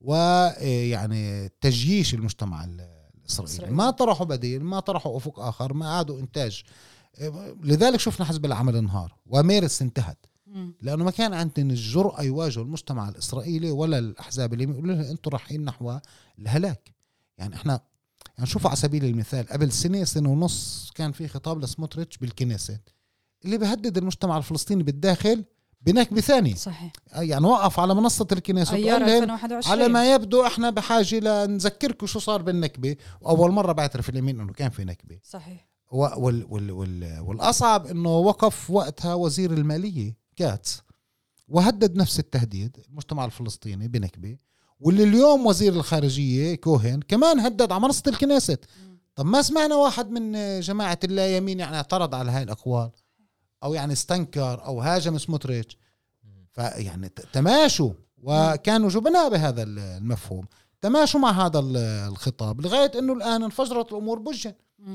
ويعني تجييش المجتمع الإسرائيلي. ما طرحوا بديل، ما طرحوا أفق آخر، ما عادوا إنتاج. لذلك شفنا حزب العمل انهار ومارس انتهت، لأنه ما كان عندهم الجرأة يواجهوا المجتمع الإسرائيلي ولا الأحزاب اللي يقولوا لهم أنتم رايحين نحو الهلاك. يعني إحنا يعني شوفوا على سبيل المثال قبل سنة سنة ونص كان في خطاب لسموتريتش بالكنيسة اللي بيهدد المجتمع الفلسطيني بالداخل بنكبة ثانية. صحيح. يعني وقف على منصة الكنيسة وقال على ما يبدو احنا بحاجة لنذكركم شو صار بالنكبة، وأول مرة بعترف اليمين انه كان في نكبة. صحيح. وال وال وال والأصعب انه وقف وقتها وزير المالية كاتس وهدد نفس التهديد المجتمع الفلسطيني بنكبة، واللي اليوم وزير الخارجية كوهن كمان هدد على منصة الكنيسة. طب ما سمعنا واحد من جماعة اللا يمين يعني اعترض على هاي الأقوال أو يعني استنكر أو هاجم سموتريتش؟ فيعني تماشوا وكانوا جبناء بهذا المفهوم، تماشوا مع هذا الخطاب لغاية أنه الآن انفجرت الأمور بوجه.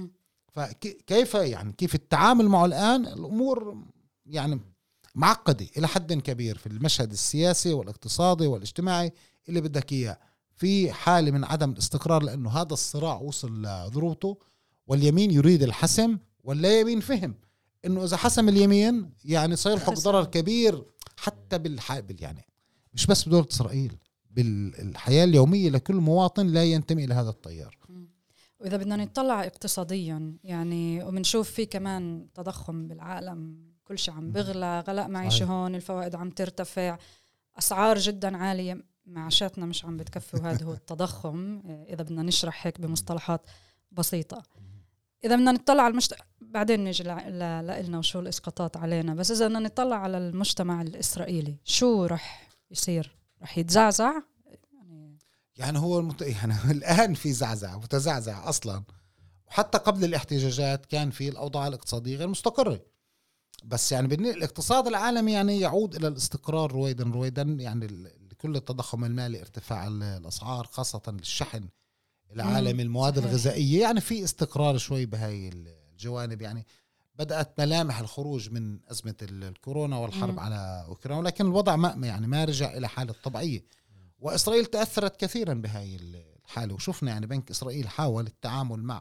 فكيف يعني كيف التعامل معه الآن؟ الأمور يعني معقدة إلى حد كبير في المشهد السياسي والاقتصادي والاجتماعي اللي بدك إياه، في حالة من عدم الاستقرار، لأنه هذا الصراع وصل لذروته واليمين يريد الحسم واللا يمين فهم انه اذا حسم اليمين يعني سيلحق ضرر كبير حتى بالحابل، يعني مش بس بدولة اسرائيل، بالحياة اليومية لكل مواطن لا ينتمي الى هذا التيار. واذا بدنا نطلع اقتصاديا يعني وبنشوف في كمان تضخم بالعالم، كل شيء عم بغلى، غلاء معيشة هون، الفوائد عم ترتفع، اسعار جدا عالية، معاشاتنا مش عم بتكفي، وهذا هو التضخم اذا بدنا نشرح هيك بمصطلحات بسيطة. إذا بدنا نطلع على المجتمع بعدين نيجي لنا وشو الإسقاطات علينا، بس إذا بدنا نطلع على المجتمع الإسرائيلي شو رح يصير؟ رح يتزعزع؟ يعني, يعني هو المت... يعني الآن في زعزع متزعزع أصلا، وحتى قبل الاحتجاجات كان في الأوضاع الاقتصادية غير مستقرة، بس يعني الاقتصاد العالمي يعني يعود إلى الاستقرار رويدا رويدا. يعني كل التضخم المالي، ارتفاع الأسعار خاصة للشحن العالمي، المواد صحيح. الغذائية، يعني في استقرار شوي بهاي الجوانب. يعني بدأت ملامح الخروج من أزمة الكورونا والحرب مم. على أوكرانيا، ولكن الوضع ما يعني ما رجع إلى حالة طبيعية، وإسرائيل تأثرت كثيرا بهاي الحالة. وشفنا يعني بنك إسرائيل حاول التعامل مع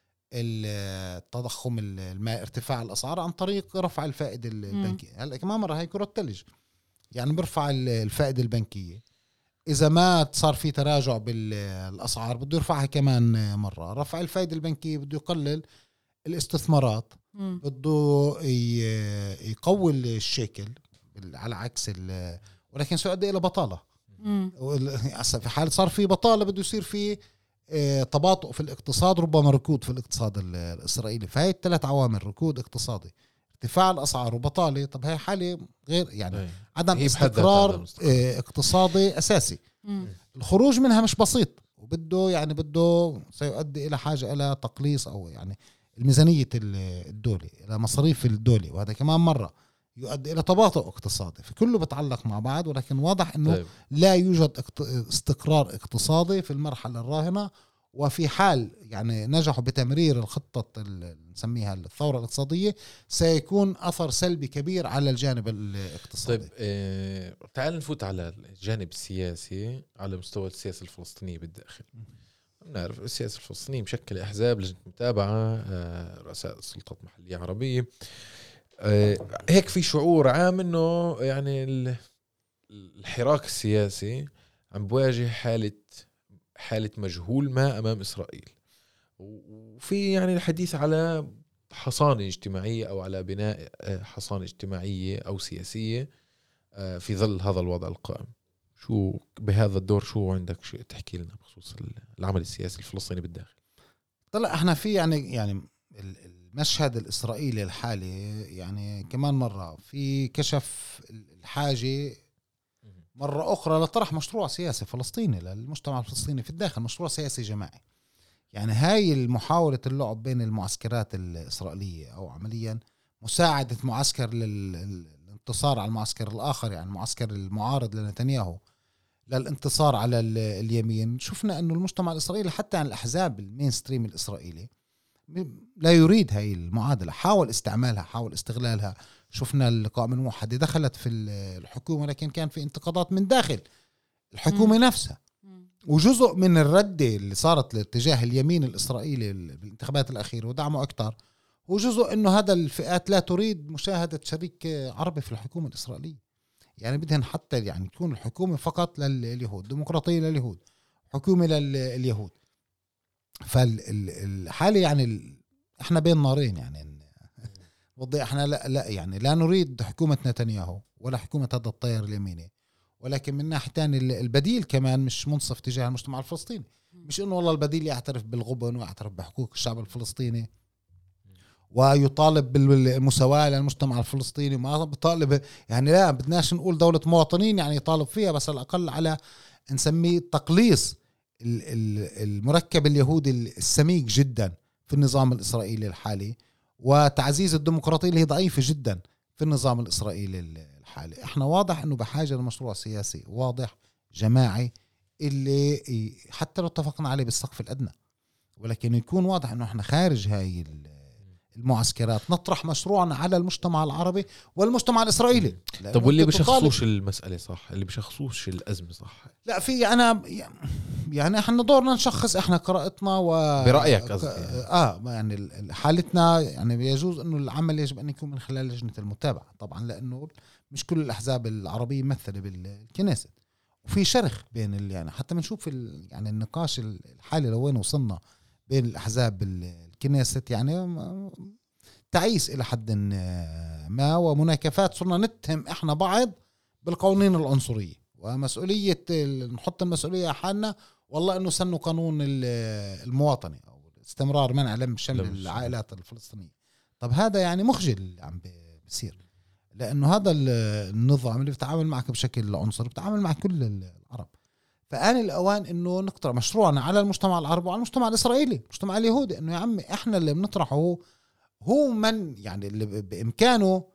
التضخم الماء، ارتفاع الأسعار، عن طريق رفع الفائدة البنكية. هلأ كمان مرة هاي كرة الثلج، يعني برفع الفائدة البنكية، إذا ما صار في تراجع بالأسعار بده يرفعها كمان مرة. رفع الفائدة البنكية بده يقلل الاستثمارات، مم. بده يقوي الشيكل على عكس، ولكن سيؤدي إلى بطالة. في حال صار في بطالة بده يصير في تباطؤ في الاقتصاد، ربما ركود في الاقتصاد الإسرائيلي. فهي الثلاث عوامل، ركود اقتصادي، ارتفاع الأسعار، وبطالة. طب هي حالة غير يعني أي. عدم استقرار اقتصادي أساسي. مم. الخروج منها مش بسيط، وبده يعني بده سيؤدي إلى حاجة إلى تقليص أو يعني الميزانية الدولة، إلى مصاريف الدولة، وهذا كمان مرة يؤدي إلى تباطؤ اقتصادي، فكله بتعلق مع بعض. ولكن واضح أنه طيب. لا يوجد استقرار اقتصادي في المرحلة الراهنة. وفي حال يعني نجحوا بتمرير الخطة اللي نسميها الثورة الاقتصادية سيكون أثر سلبي كبير على الجانب الاقتصادي. طيب اه تعال نفوت على الجانب السياسي على مستوى السياسة الفلسطينية بالداخل. نعرف السياسة الفلسطينية مشكلة أحزاب، لجنة متابعة، اه رؤساء السلطات المحلية عربية، اه هيك في شعور عام إنه يعني الحراك السياسي عم بواجه حالة حالة مجهول ما أمام إسرائيل، وفي يعني الحديث على حصانة اجتماعية أو على بناء حصانة اجتماعية أو سياسية في ظل هذا الوضع القائم. شو بهذا الدور شو عندك شيء تحكي لنا بخصوص العمل السياسي الفلسطيني بالداخل؟ طلع احنا في يعني يعني المشهد الإسرائيلي الحالي يعني كمان مرة في كشف الحاجة مرة أخرى لطرح مشروع سياسي فلسطيني للمجتمع الفلسطيني في الداخل، مشروع سياسي جماعي. يعني هاي المحاولة اللعب بين المعسكرات الإسرائيلية أو عمليا مساعدة معسكر للانتصار على المعسكر الآخر، يعني المعسكر المعارض لنتنياهو للانتصار على اليمين. شفنا أنه المجتمع الإسرائيلي حتى عن الأحزاب المين ستريم الإسرائيلي لا يريد هاي المعادلة، حاول استعمالها، حاول استغلالها. شفنا القائمة الموحدة دخلت في الحكومة لكن كان في انتقادات من داخل الحكومة م. نفسها، وجزء من الردة اللي صارت لاتجاه اليمين الإسرائيلي بالانتخابات الأخيرة ودعمه أكتر هو جزء أنه هذا الفئات لا تريد مشاهدة شريك عربي في الحكومة الإسرائيلية. يعني بدهن حتى يعني تكون الحكومة فقط لليهود، ديمقراطية لليهود، حكومة لليهود. فالحالة يعني احنا بين نارين، يعني وضي احنا لا, لا يعني لا نريد حكومة نتنياهو ولا حكومة هذا الطيار اليميني، ولكن من ناحية تاني البديل كمان مش منصف تجاه المجتمع الفلسطيني. مش انه والله البديل يعترف بالغبن ويعترف بحقوق الشعب الفلسطيني ويطالب بالمساواة للمجتمع الفلسطيني، ما بطالب يعني لا بدناش نقول دولة مواطنين يعني يطالب فيها، بس على الأقل على نسميه تقليص المركب اليهودي السميك جدا في النظام الإسرائيلي الحالي وتعزيز الديمقراطية اللي هي ضعيفة جدا في النظام الإسرائيلي الحالي. احنا واضح انه بحاجة لمشروع سياسي واضح جماعي اللي حتى لو اتفقنا عليه بالسقف الأدنى، ولكن يكون واضح انه احنا خارج هاي المعسكرات نطرح مشروعنا على المجتمع العربي والمجتمع الإسرائيلي. طب واللي بشخصوش المسألة صح، اللي بشخصوش الأزمة صح، لا في أنا يعني احنا دورنا نشخص احنا قراءتنا و برأيك قصدي يعني. اه يعني حالتنا يعني يجوز انه العمل يجب ان يكون من خلال لجنة المتابعة طبعا، لانه مش كل الاحزاب العربية ممثلة بالكنيست وفي شرخ بين ال يعني حتى بنشوف يعني النقاش الحالي لوين وصلنا بين الاحزاب الكنيست، يعني تعيس الى حد ما ومناكفات، صرنا نتهم احنا بعض بالقوانين العنصرية ومسؤولية نحط المسؤولية حالنا والله انه سنوا قانون المواطنة او استمرار منع لم شمل العائلات الفلسطينية. طب هذا يعني مخجل عم بيصير، لانه هذا النظام اللي بيتعامل معك بشكل عنصري بيتعامل مع كل العرب. فآن الأوان إنه نقترح مشروعنا على المجتمع العربي وعلى المجتمع الإسرائيلي، المجتمع اليهودي، إنه يا عمي إحنا اللي بنطرحه هو, هو من يعني اللي بإمكانه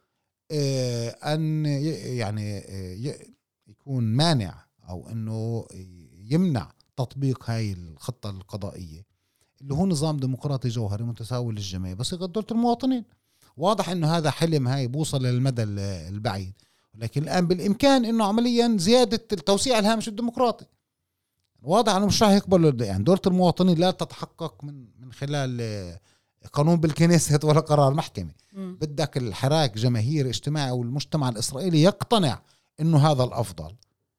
آه أن يعني آه يكون مانع أو إنه يمنع تطبيق هاي الخطة القضائية اللي هو نظام ديمقراطي جوهري متساوي للجميع بس يقدر المواطنين. واضح إنه هذا حلم هاي بوصل للمدى البعيد، لكن الآن بالإمكان إنه عمليا زيادة توسيع الهامش الديمقراطي. واضح أنه مش راح يقبل يعني دولة المواطنين لا تتحقق من من خلال قانون بالكنيست ولا قرار محكمة. بدك الحراك جماهيري اجتماعي والمجتمع الإسرائيلي يقتنع إنه هذا الأفضل،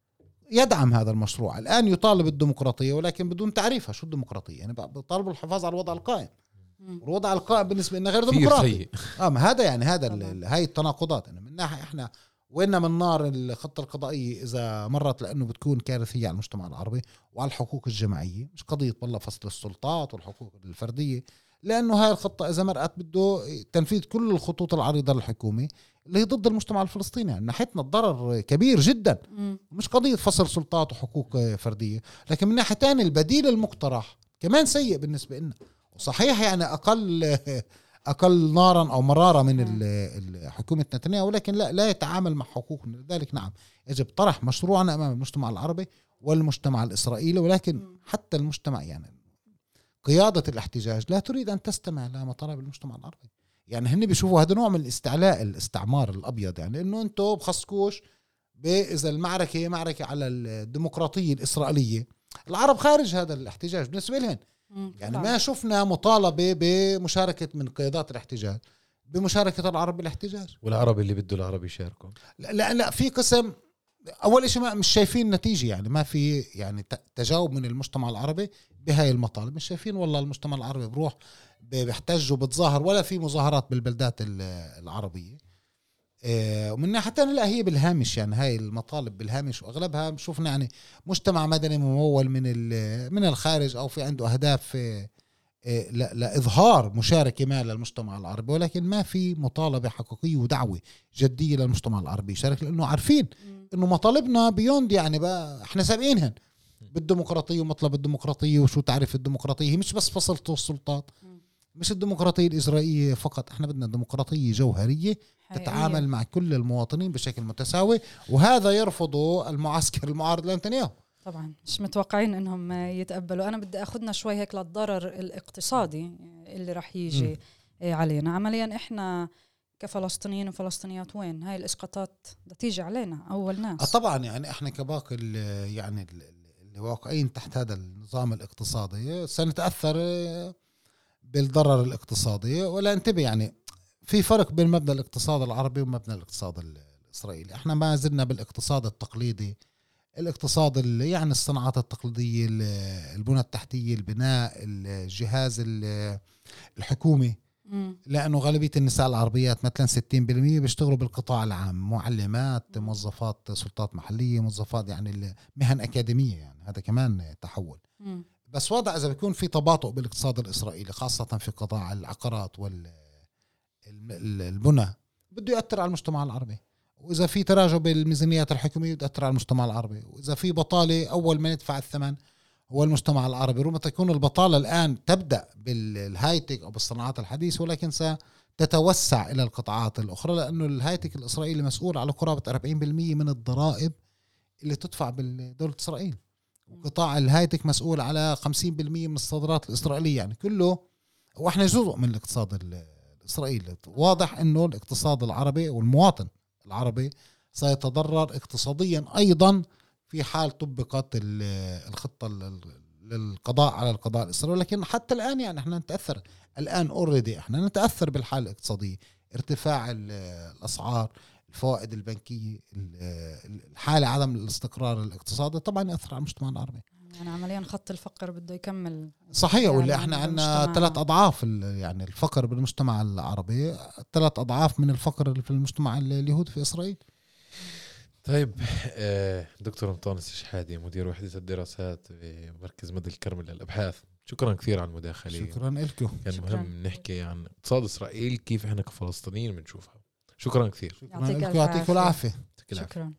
يدعم هذا المشروع. الآن يطالب الديمقراطية ولكن بدون تعريفها. شو الديمقراطية؟ يعني بطالب الحفاظ على الوضع القائم، والوضع القائم بالنسبة لنا غير ديمقراطي. آه هذا يعني هذا هاي التناقضات. يعني من ناحية إحنا وإننا من نار الخطة القضائية إذا مرت لأنه بتكون كارثية على المجتمع العربي وعلى الحقوق الجماعية، مش قضية والله فصل السلطات والحقوق الفردية، لأنه هاي الخطة إذا مرأت بده تنفيذ كل الخطوط العريضة للحكومة اللي هي ضد المجتمع الفلسطيني. يعني ناحيتنا الضرر كبير جدا، مش قضية فصل سلطات وحقوق فردية، لكن من ناحية تانية البديل المقترح كمان سيء بالنسبة لنا. وصحيح يعني أقل أقل نارا أو مرارة من حكومة نتنياهو، ولكن لا لا يتعامل مع حقوقنا. لذلك نعم يجب طرح مشروعنا أمام المجتمع العربي والمجتمع الإسرائيلي، ولكن حتى المجتمع يعني قيادة الاحتجاج لا تريد أن تستمع لمطالب المجتمع العربي. يعني هن بيشوفوا هذا نوع من الاستعلاء الاستعمار الأبيض، يعني إنه أنتوا بخصكوش إذا المعركة معركة على الديمقراطية الإسرائيلية، العرب خارج هذا الاحتجاج بالنسبة لهم. يعني ما شفنا مطالبة بمشاركة من قيادات الاحتجاج بمشاركة العرب بالاحتجاج. والعرب اللي بده العرب يشاركوا لا لا, لا في قسم أول شيء مش شايفين نتيجة، يعني ما في يعني تجاوب من المجتمع العربي بهاي المطالب. مش شايفين والله المجتمع العربي بروح بيحتج وبتظاهر، ولا في مظاهرات بالبلدات العربية. ومن ناحية تانية لا هي بالهامش، يعني هاي المطالب بالهامش، واغلبها شوفنا يعني مجتمع مدني ممول من من الخارج او في عنده اهداف لاظهار مشاركة ما للمجتمع العربي، ولكن ما في مطالبة حقيقية ودعوة جدية للمجتمع العربي يشارك، لانه عارفين انه مطالبنا بيوند، يعني بقى احنا سابقينهن بالديمقراطية ومطلب الديمقراطية وشو تعرف الديمقراطية. هي مش بس فصل السلطات، مش الديمقراطية الإسرائيلية فقط، احنا بدنا ديمقراطية جوهرية تتعامل مع كل المواطنين بشكل متساوي، وهذا يرفضه المعسكر المعارض لنتنياهو. طبعا مش متوقعين انهم يتقبلوا. انا بدي اخذنا شوي هيك للضرر الاقتصادي اللي راح يجي م. علينا عمليا. احنا كفلسطينيين وفلسطينيات وين هاي الاسقاطات بدها تيجي علينا اول ناس؟ آه طبعا يعني احنا كباقي يعني اللي واقعين تحت هذا النظام الاقتصادي سنتاثر بالضرر الاقتصادي. ولا انتبه يعني في فرق بين مبنى الاقتصاد العربي ومبنى الاقتصاد الإسرائيلي. احنا ما زلنا بالاقتصاد التقليدي، الاقتصاد اللي يعني الصناعات التقليدية، البنى التحتية، البناء، الجهاز الحكومي، لأنه غالبية النساء العربيات مثلا ستين بالمية بيشتغلوا بالقطاع العام، معلمات، موظفات سلطات محلية، موظفات يعني مهن أكاديمية، يعني هذا كمان تحول. م. بس وضع إذا بيكون في تباطؤ بالاقتصاد الإسرائيلي خاصة في قطاع العقارات والبنى بده يؤثر على المجتمع العربي، وإذا في تراجع بالميزانيات الحكومية بده يؤثر على المجتمع العربي، وإذا في بطالة أول ما يدفع الثمن هو المجتمع العربي. رغم تكون البطالة الآن تبدأ بالهايتك أو بالصناعات الحديثة، ولكن ستتوسع إلى القطاعات الأخرى، لأنه الهايتك الإسرائيلي مسؤول على قرابة أربعين بالمية من الضرائب اللي تدفع بالدولة إسرائيل، وقطاع الهايتك مسؤول على خمسين بالمية من الصادرات الإسرائيلية، يعني كله وإحنا جزء من الاقتصاد الإسرائيلي. واضح إنه الاقتصاد العربي والمواطن العربي سيتضرر اقتصاديا أيضا في حال طبقت الخطة للقضاء على القضاء الإسرائيلي. لكن حتى الآن يعني احنا نتأثر الآن اوريدي، احنا نتأثر بالحالة الاقتصادية، ارتفاع الأسعار، الفوائد البنكية، الحالة عدم الاستقرار الاقتصادي طبعا يأثر على المجتمع العربي. يعني عمليا خط الفقر بده يكمل. صحيح، واللي احنا عندنا ثلاث أضعاف يعني الفقر بالمجتمع العربي، ثلاث أضعاف من الفقر في المجتمع اليهودي في إسرائيل. طيب دكتور أنطونس الشحادي، مدير وحدة الدراسات بمركز مدى الكرمل للأبحاث، شكرا كثير على المداخلة. شكرا لكم. كان شكرا. مهم نحكي عن اقتصاد إسرائيل كيف احنا كفلسطينيين بنشوفها. شكرا كثير. شكرا لكم، يعطيكم العافية. شكرا.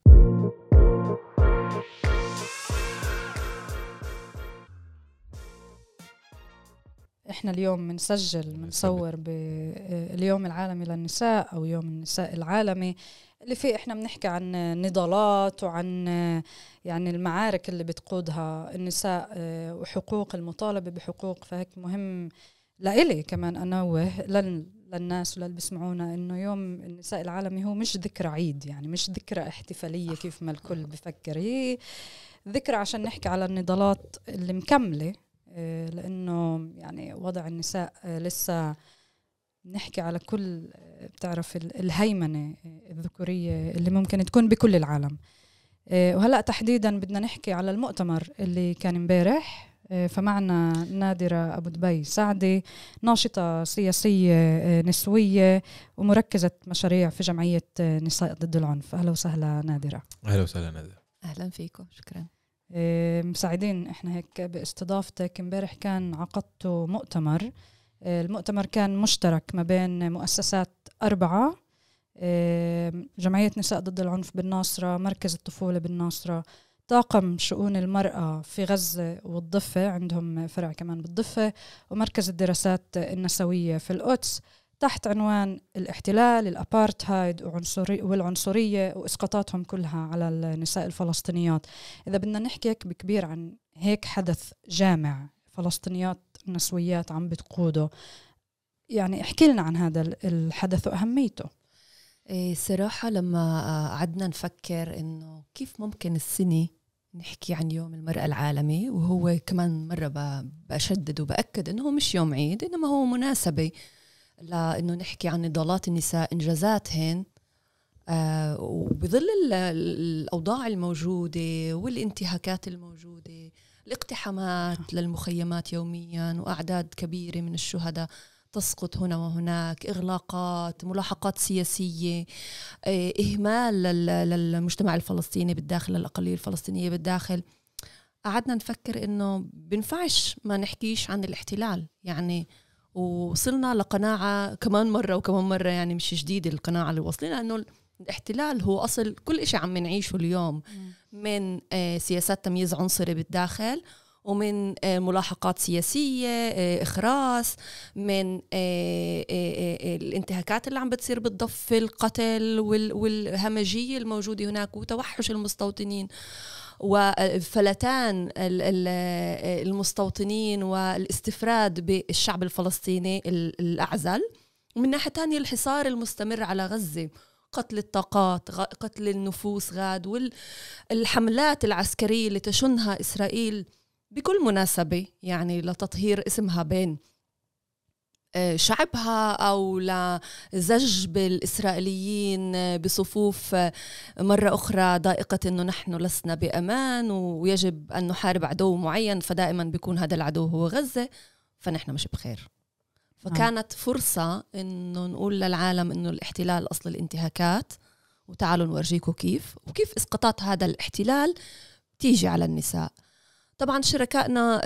احنا اليوم بنسجل بنصور باليوم العالمي للنساء او يوم النساء العالمي، اللي فيه احنا بنحكي عن نضالات وعن يعني المعارك اللي بتقودها النساء وحقوق المطالبة بحقوق. فهيك مهم لإلي كمان أنوه للناس وللي بيسمعونا إنه يوم النساء العالمي هو مش ذكرى عيد، يعني مش ذكرى احتفالية كيف ما الكل بفكر، هي ذكرى عشان نحكي على النضالات اللي مكملة، لأنه يعني وضع النساء لسه نحكي على كل بتعرف الهيمنة الذكورية اللي ممكن تكون بكل العالم. وهلأ تحديدا بدنا نحكي على المؤتمر اللي كان امبارح. فمعنا نادرة أبو دبي سعدي، ناشطة سياسية نسوية ومركزة مشاريع في جمعية نساء ضد العنف. أهلا وسهلا نادرة. أهلا وسهلا نادرة. أهلا فيكم، شكرا. مساعدين احنا هيك باستضافتك. امبارح كان عقدتوا مؤتمر، المؤتمر كان مشترك ما بين مؤسسات أربعة، جمعية نساء ضد العنف بالناصرة، مركز الطفولة بالناصرة، طاقم شؤون المرأة في غزة والضفة، عندهم فرع كمان بالضفة، ومركز الدراسات النسوية في القدس. تحت عنوان الاحتلال، الأبارتهايد والعنصرية وإسقاطاتهم كلها على النساء الفلسطينيات. إذا بدنا نحكي بكبير عن هيك حدث جامع فلسطينيات نسويات عم بتقوده، يعني احكي لنا عن هذا الحدث وأهميته. إيه صراحة لما قعدنا نفكر إنه كيف ممكن السنة نحكي عن يوم المرأة العالمي، وهو كمان مرة بشدد وبأكد إنه هو مش يوم عيد، إنما هو مناسبة لأنه نحكي عن نضالات النساء إنجازاتهن آه وبظل الأوضاع الموجودة والانتهاكات الموجودة، الاقتحامات للمخيمات يوميا وأعداد كبيرة من الشهداء تسقط هنا وهناك، إغلاقات، ملاحقات سياسية، إهمال للمجتمع الفلسطيني بالداخل، الأقلية الفلسطينية بالداخل. قعدنا نفكر إنه بنفعش ما نحكيش عن الاحتلال يعني، ووصلنا لقناعة كمان مرة وكمان مرة، يعني مش جديدة القناعة اللي وصلنا، إنه الاحتلال هو أصل كل إشي عم نعيشه اليوم، من سياسات تمييز عنصري بالداخل، ومن ملاحقات سياسية، إخراس، من الانتهاكات اللي عم بتصير بالضفة، القتل والهمجية الموجودة هناك، وتوحش المستوطنين وفلتان المستوطنين والاستفراد بالشعب الفلسطيني الأعزل. ومن ناحية تانية الحصار المستمر على غزة، قتل الطاقات، قتل النفوس غاد، والحملات العسكرية اللي تشنها إسرائيل بكل مناسبة، يعني لتطهير اسمها بين شعبها أو لزج بالإسرائيليين بصفوف مرة أخرى ضائقة أنه نحن لسنا بأمان ويجب أن نحارب عدو معين، فدائما بيكون هذا العدو هو غزة، فنحن مش بخير. فكانت فرصة أنه نقول للعالم أنه الاحتلال أصل الانتهاكات، وتعالوا نورجيكم كيف وكيف إسقاطات هذا الاحتلال تيجي على النساء. طبعا شركائنا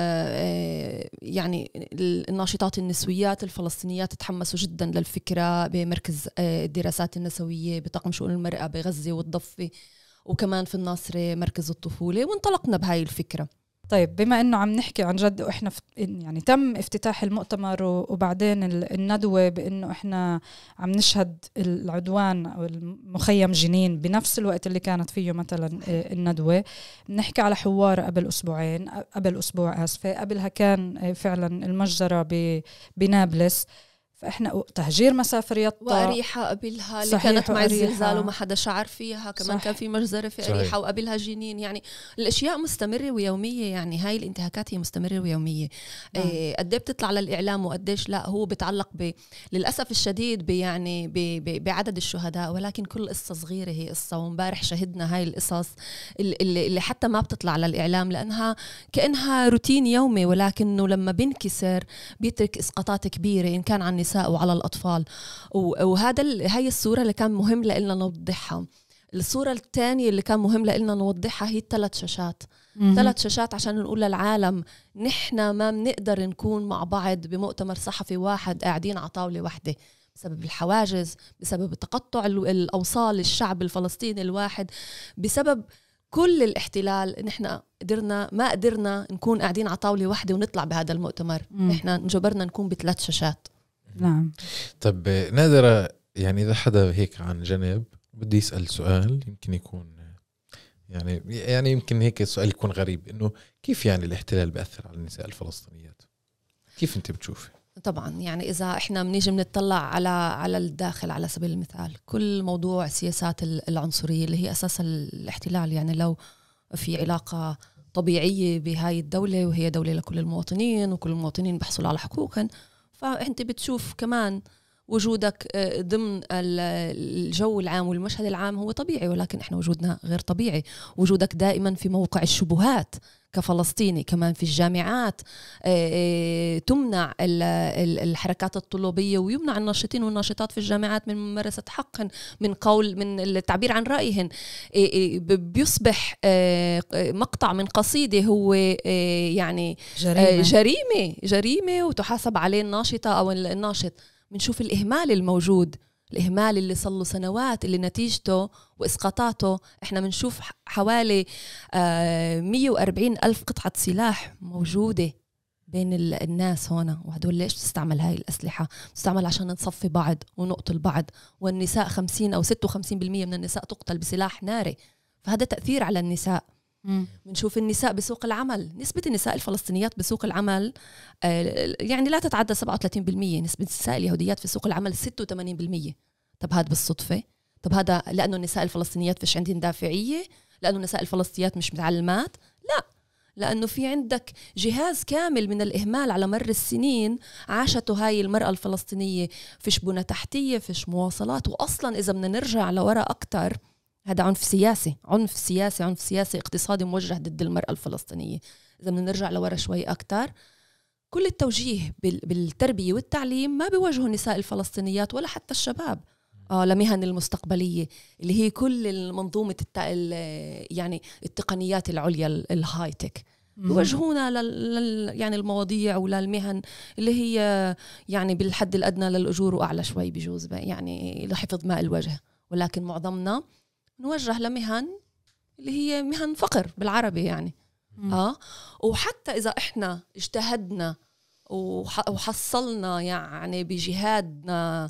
يعني الناشطات النسويات الفلسطينيات تحمسوا جدا للفكرة بمركز الدراسات النسوية بطاقم شؤون المرأة بغزة والضفة، وكمان في الناصرة مركز الطفولة، وانطلقنا بهاي الفكرة. طيب بما انه عم نحكي عن جد، واحنا يعني تم افتتاح المؤتمر وبعدين الندوة بانه احنا عم نشهد العدوان او المخيم جنين بنفس الوقت اللي كانت فيه مثلا الندوة، نحكي على حوار قبل اسبوعين قبل اسبوع اسفة قبلها كان فعلا المجزرة بنابلس، فإحنا تهجير مسافر يطا وأريحة قبلها اللي كانت مع الزلزال وما حدا شعر فيها، كمان صح. كان في مجزرة في صحيح. أريحة وقبلها جنين، يعني الأشياء مستمرة ويومية، يعني هاي الانتهاكات هي مستمرة ويومية. نعم. إيه قد بتطلع للإعلام وقديش لا، هو بتعلق ب... للأسف الشديد يعني ب... ب... بعدد الشهداء، ولكن كل قصة صغيرة هي قصة. ومبارح شهدنا هاي القصص اللي, اللي حتى ما بتطلع للإعلام لأنها كأنها روتين يومي، ولكنه لما بنكسر بيترك إسقاطات كبيرة إن كان عن وعلى الأطفال. وهذا هاي الصورة اللي كان مهم لنا نوضحها. الصورة الثانية اللي كان مهم لنا نوضحها هي الثلاث شاشات ثلاث شاشات عشان نقول للعالم نحن ما بنقدر نكون مع بعض بمؤتمر صحفي واحد قاعدين على طاولة واحدة بسبب الحواجز، بسبب تقطع الأوصال للشعب الفلسطيني الواحد، بسبب كل الاحتلال. نحن قدرنا ما قدرنا نكون قاعدين على طاولة واحدة ونطلع بهذا المؤتمر. نحن انجبرنا نكون بثلاث شاشات. نعم. طب نادرة، يعني إذا حدا هيك عن جنب بدي يسأل سؤال يمكن يكون يعني يعني يمكن هيك السؤال يكون غريب، إنه كيف يعني الاحتلال بيأثر على النساء الفلسطينيات؟ كيف أنت بتشوفي؟ طبعا يعني إذا إحنا بنيجي بنطلع على على الداخل على سبيل المثال، كل موضوع سياسات العنصرية اللي هي أساس الاحتلال، يعني لو في علاقة طبيعية بهاي الدولة وهي دولة لكل المواطنين وكل المواطنين بيحصلوا على حقوقهم، فأنت بتشوف كمان وجودك ضمن الجو العام والمشهد العام هو طبيعي، ولكن إحنا وجودنا غير طبيعي. وجودك دائما في موقع الشبهات كفلسطيني، كمان في الجامعات تمنع الحركات الطلابية ويمنع الناشطين والناشطات في الجامعات من ممارسة حقهم، من قول من التعبير عن رأيهم. بيصبح مقطع من قصيدة هو يعني جريمة جريمة, جريمة وتحاسب عليه الناشطة أو الناشط. بنشوف الإهمال الموجود، الإهمال اللي صار له سنوات، اللي نتيجته وإسقاطاته إحنا بنشوف حوالي مية وأربعين ألف قطعة سلاح موجودة بين الناس هنا، وهدول ليش تستعمل هاي الأسلحة؟ تستعمل عشان نصفي بعض ونقتل بعض، والنساء خمسين أو ستة وخمسين بالمية من النساء تقتل بسلاح ناري، فهذا تأثير على النساء. بنشوف النساء بسوق العمل، نسبة النساء الفلسطينيات بسوق العمل يعني لا تتعدى سبعة وثلاثين بالمية، نسبة النساء اليهوديات في سوق العمل ستة وثمانين بالمية. طب هذا بالصدفة؟ طب هذا لأنه النساء الفلسطينيات فيش عندهم دافعية؟ لأنه النساء الفلسطينيات مش متعلمات؟ لا، لأنه في عندك جهاز كامل من الإهمال على مر السنين عاشته هاي المرأة الفلسطينية، فيش بنى تحتية، فيش مواصلات. وأصلا إذا بدنا نرجع لورا أكتر، هذا عنف سياسي، عنف سياسي عنف سياسي اقتصادي موجه ضد المرأة الفلسطينية. إذا بدنا نرجع لورا شوي أكتر، كل التوجيه بالتربية والتعليم ما بيوجهوا النساء الفلسطينيات ولا حتى الشباب آه لمهن المستقبلية اللي هي كل المنظومة الت... يعني التقنيات العليا الهايتك، بيوجهونا لل... لل... يعني المواضيع وللمهن اللي هي يعني بالحد الأدنى للأجور وأعلى شوي بجوز يعني لحفظ ماء الوجه. ولكن معظمنا نوجه لمهن اللي هي مهن فقر بالعربي يعني. آه وحتى إذا إحنا اجتهدنا وح... وحصلنا يعني بجهادنا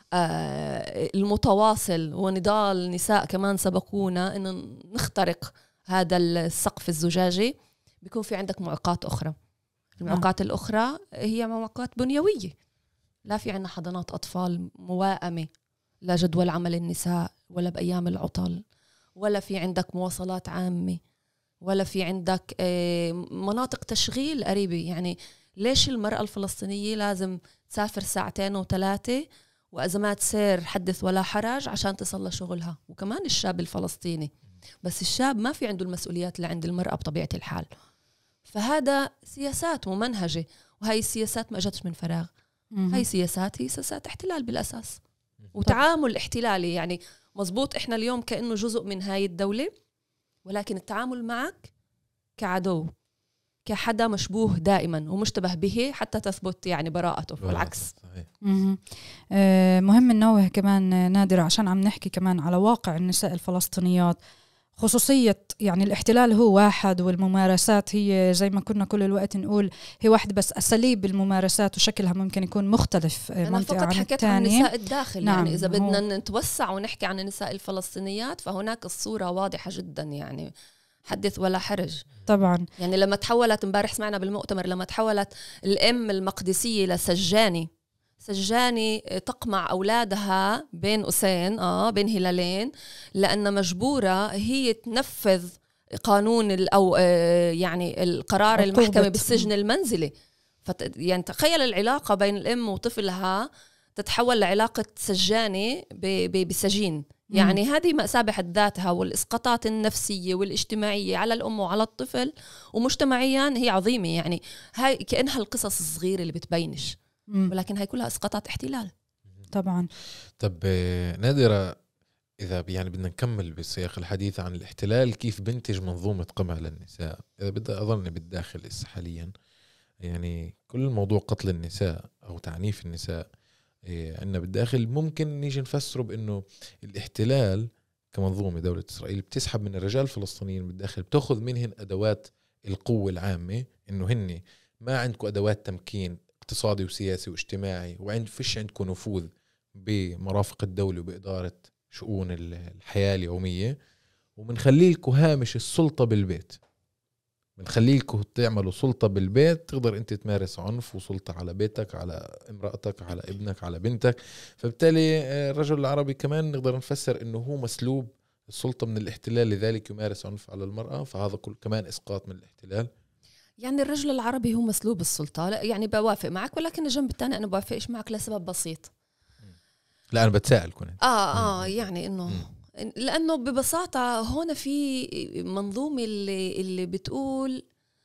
آه المتواصل ونضال النساء كمان سبقونا إنه نخترق هذا السقف الزجاجي، بيكون في عندك معوقات أخرى. المعوقات الأخرى هي معوقات بنيوية، لا في عنا حضانات أطفال موائمة لا جدول عمل النساء ولا بأيام العطل، ولا في عندك مواصلات عامة، ولا في عندك آه مناطق تشغيل قريبة. يعني ليش المرأة الفلسطينية لازم تسافر ساعتين وثلاثة وأزمات سير حدث ولا حرج عشان تصل لشغلها؟ وكمان الشاب الفلسطيني، بس الشاب ما في عنده المسؤوليات اللي عند المرأة بطبيعة الحال. فهذا سياسات ممنهجة، وهي السياسات ما جاتش من فراغ. هاي سياسات هي سياسات احتلال بالأساس وتعامل احتلالي. يعني مزبوط إحنا اليوم كأنه جزء من هاي الدولة، ولكن التعامل معك كعدو، كحدا مشبوه دائما ومشتبه به حتى تثبت يعني براءته، والعكس. آه مهم ننوه كمان نادرة، عشان عم نحكي كمان على واقع النساء الفلسطينيات، خصوصية يعني الاحتلال هو واحد، والممارسات هي زي ما كنا كل الوقت نقول هي واحد، بس أساليب الممارسات وشكلها ممكن يكون مختلف منطقة عن حكيت الثانية. عن نساء الداخل. نعم. يعني إذا بدنا نتوسع ونحكي عن النساء الفلسطينيات فهناك الصورة واضحة جدا، يعني حدث ولا حرج. طبعا يعني لما تحولت امبارح سمعنا بالمؤتمر، لما تحولت الأم المقدسية لسجاني، سجاني تقمع أولادها بين قوسين آه بين هلالين، لأن مجبورة هي تنفذ قانون أو آه يعني القرار المحكمة بالسجن المنزلي. فت يعني تخيل العلاقة بين الأم وطفلها تتحول لعلاقة سجاني بسجين. يعني مم. هذه مأساة بحد ذاتها، والإسقاطات النفسية والاجتماعية على الأم وعلى الطفل ومجتمعيا هي عظيمة. يعني هاي كأنها القصص الصغيرة اللي بتبينش، مم. ولكن هاي كلها إسقاطات احتلال طبعا. طب نادرة، إذا يعني بدنا نكمل بسياق الحديث عن الاحتلال، كيف بنتج منظومة قمع للنساء؟ إذا بدي أظن بالداخل حاليا يعني كل موضوع قتل النساء أو تعنيف النساء عندنا بالداخل ممكن نيجي نفسره بأنه الاحتلال كمنظومة دولة إسرائيل بتسحب من الرجال الفلسطينيين بالداخل، بتأخذ منهن أدوات القوة العامة، إنه هن ما عندكم أدوات تمكين اقتصادي وسياسي واجتماعي، وعند فيش عندكم نفوذ بمرافق الدولة وبإدارة شؤون الحياة اليومية، ومنخلي لكم هامش السلطة بالبيت، بنخلي لكم تعملوا سلطة بالبيت، تقدر انت تمارس عنف وسلطة على بيتك، على امرأتك، على ابنك، على بنتك. فبالتالي الرجل العربي كمان نقدر نفسر انه هو مسلوب السلطة من الاحتلال، لذلك يمارس عنف على المرأة، فهذا كل كمان اسقاط من الاحتلال. يعني الرجل العربي هو مسلوب السلطة، يعني بوافق معك، ولكن الجنب الثاني انا بوافقش معك لسبب بسيط. لا انا بتساءل كنت اه اه يعني انه لأنه ببساطة هون في منظومة اللي, اللي بتقول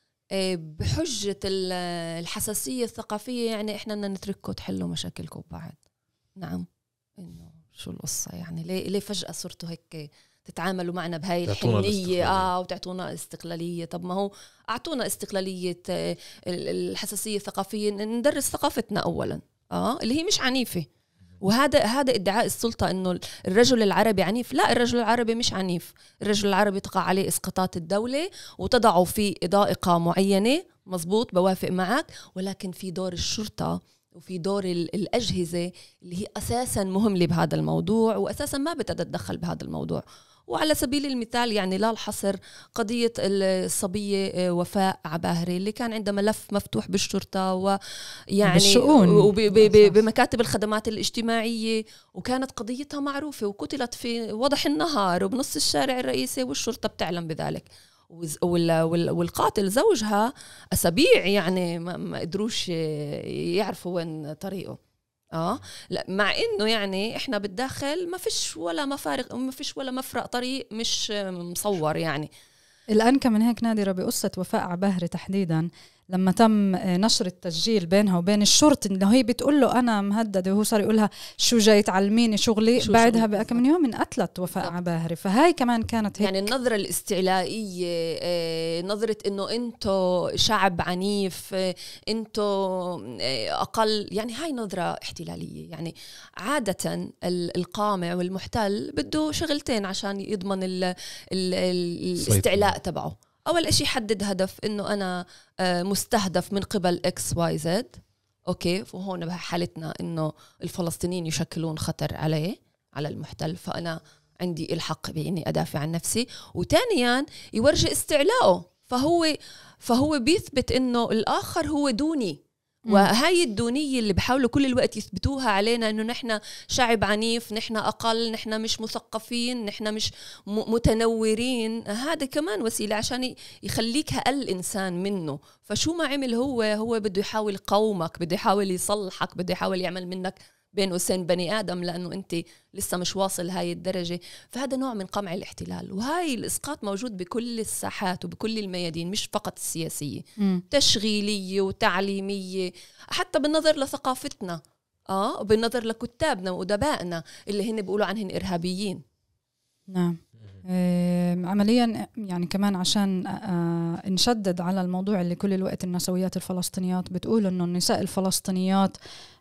بحجة الحساسية الثقافية يعني إحنا بدنا نترككم تحلوا مشاكلكم بعد. نعم، إنه شو القصة يعني؟ ليه ليه فجأة صرتوا هيك تتعاملوا معنا بهاي الحنية آه وتعطونا استقلالية؟ طب ما هو أعطونا استقلالية الحساسية الثقافية، ندرس ثقافتنا أولا آه اللي هي مش عنيفة. وهذا هذا ادعاء السلطة إنه الرجل العربي عنيف. لا، الرجل العربي مش عنيف. الرجل العربي تقع عليه إسقاطات الدولة وتضعه في ضائقة معينة مزبوط، بوافق معك، ولكن في دور الشرطة وفي دور الأجهزة اللي هي أساساً مهمة بهذا الموضوع وأساساً ما بتتدخل بهذا الموضوع. وعلى سبيل المثال يعني لا الحصر قضية الصبية وفاء عباهري اللي كان عندها ملف مفتوح بالشرطة ويعني وبمكاتب الخدمات الاجتماعية، وكانت قضيتها معروفة وقتلت في وضح النهار وبنص الشارع الرئيسي والشرطة بتعلم بذلك. والقاتل زوجها أسابيع يعني ما قدروش يعرفوا وين طريقه. اه لا، مع انه يعني احنا بالداخل ما فيش ولا مفارق ما فيش ولا مفرق طريق مش مصور. يعني الأنكى من هيك نادرة بقصة وفاء عباهري تحديدا لما تم نشر التسجيل بينها وبين الشرطة انه هي بتقول له انا مهدده وهو صار يقولها شو جاي تعلميني شغلي، شو بعدها بكم من يوم انقتلت وفاء بالضبط. عباهري. فهاي كمان كانت هيك يعني النظرة الاستعلائية، نظرة انه انتو شعب عنيف، انتو اقل، يعني هاي نظرة احتلالية. يعني عادة القامع والمحتل بده شغلتين عشان يضمن ال ال الاستعلاء تبعه. أول إشي يحدد هدف إنه أنا مستهدف من قبل إكس واي زد، أوكي، وهون بحالتنا إنه الفلسطينيين يشكلون خطر عليه على المحتل، فأنا عندي الحق بإني أدافع عن نفسي. وثانياً يورجي استعلاءه، فهو فهو بيثبت إنه الآخر هو دوني. وهاي الدونية اللي بحاولوا كل الوقت يثبتوها علينا إنه نحن شعب عنيف، نحن أقل، نحن مش مثقفين، نحن مش متنورين، هذا كمان وسيلة عشان يخليك أقل إنسان منه. فشو ما عمل هو هو بده يحاول يقاومك، بده يحاول يصلحك، بده يحاول يعمل منك بين قوسين بني آدم لأنه أنت لسه مش واصل هاي الدرجة. فهذا نوع من قمع الاحتلال، وهاي الإسقاط موجود بكل الساحات وبكل الميادين، مش فقط السياسية، م. تشغيلية وتعليمية، حتى بالنظر لثقافتنا، آه بالنظر لكتابنا وأدبائنا اللي هن بيقولوا عنهن إرهابيين. نعم. آه عمليا يعني كمان عشان آه نشدد على الموضوع اللي كل الوقت النسويات الفلسطينيات بتقول إنه النساء الفلسطينيات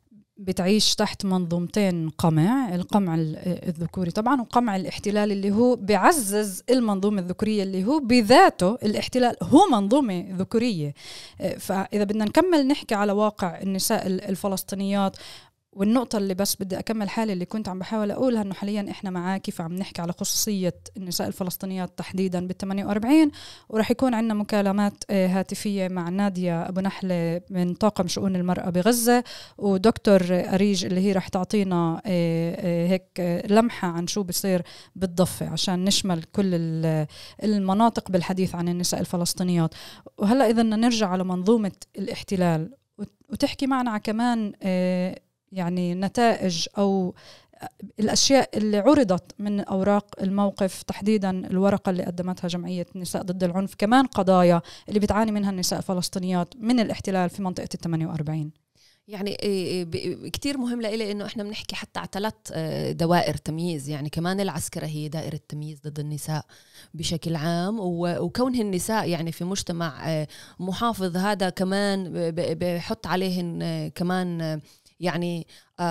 بتعيش تحت منظومتين قمع، القمع الذكوري طبعا وقمع الاحتلال اللي هو بيعزز المنظومة الذكورية اللي هو بذاته الاحتلال هو منظومة ذكورية. فإذا بدنا نكمل نحكي على واقع النساء الفلسطينيات، والنقطة اللي بس بدي أكمل حالي اللي كنت عم بحاول أقولها إنه حاليا إحنا معاكي فعم نحكي على خصوصية النساء الفلسطينيات تحديدا بالثمانية وأربعين، ورح يكون عندنا مكالمات هاتفية مع نادية أبو نحلة من طاقم شؤون المرأة بغزة، ودكتور أريج اللي هي رح تعطينا هيك لمحة عن شو بصير بالضفة عشان نشمل كل المناطق بالحديث عن النساء الفلسطينيات. وهلأ إذا نرجع على منظومة الاحتلال وتحكي معنا كمان يعني نتائج أو الأشياء اللي عرضت من أوراق الموقف، تحديدا الورقة اللي قدمتها جمعية النساء ضد العنف، كمان قضايا اللي بتعاني منها النساء الفلسطينيات من الاحتلال في منطقة الثمانية وأربعين. يعني كتير مهم لإلي إنه إحنا بنحكي حتى على ثلاث دوائر تمييز. يعني كمان العسكرة هي دائرة تمييز ضد النساء بشكل عام، وكونهن النساء يعني في مجتمع محافظ هذا كمان بحط عليهن كمان يعني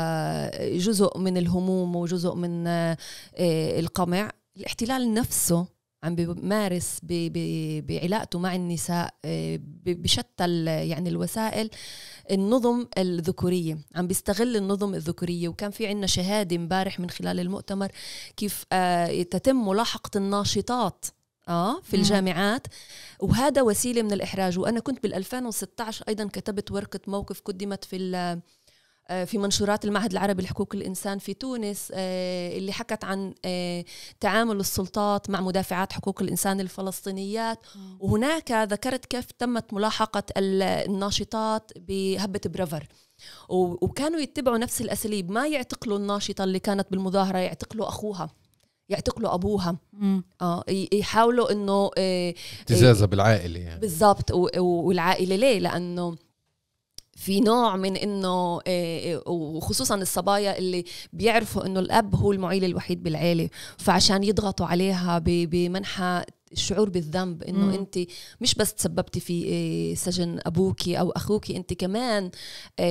جزء من الهموم وجزء من القمع. الاحتلال نفسه عم بيمارس بعلاقته مع النساء بشتى يعني الوسائل النظم الذكورية، عم بيستغل النظم الذكورية. وكان في عنا شهادة مبارح من خلال المؤتمر كيف تتم ملاحقة الناشطات آه في الجامعات، وهذا وسيلة من الإحراج. وأنا كنت بالألفين وستة عشر أيضا كتبت ورقة موقف قدمت في في منشورات المعهد العربي لحقوق الإنسان في تونس اللي حكت عن تعامل السلطات مع مدافعات حقوق الإنسان الفلسطينيات. وهناك ذكرت كيف تمت ملاحقة الناشطات بهبة برافر، وكانوا يتبعوا نفس الأساليب، ما يعتقلوا الناشطة اللي كانت بالمظاهرة، يعتقلوا أخوها، يعتقلوا أبوها، آه يحاولوا إنه ابتزازها بالعائلة يعني. بالضبط. والعائلة ليه؟ لأنه في نوع من إنه وخصوصا الصبايا اللي بيعرفوا إنه الأب هو المعيل الوحيد بالعيلة، فعشان يضغطوا عليها بمنحى الشعور بالذنب إنه مم. أنت مش بس تسببتي في سجن أبوكي أو أخوكي، أنت كمان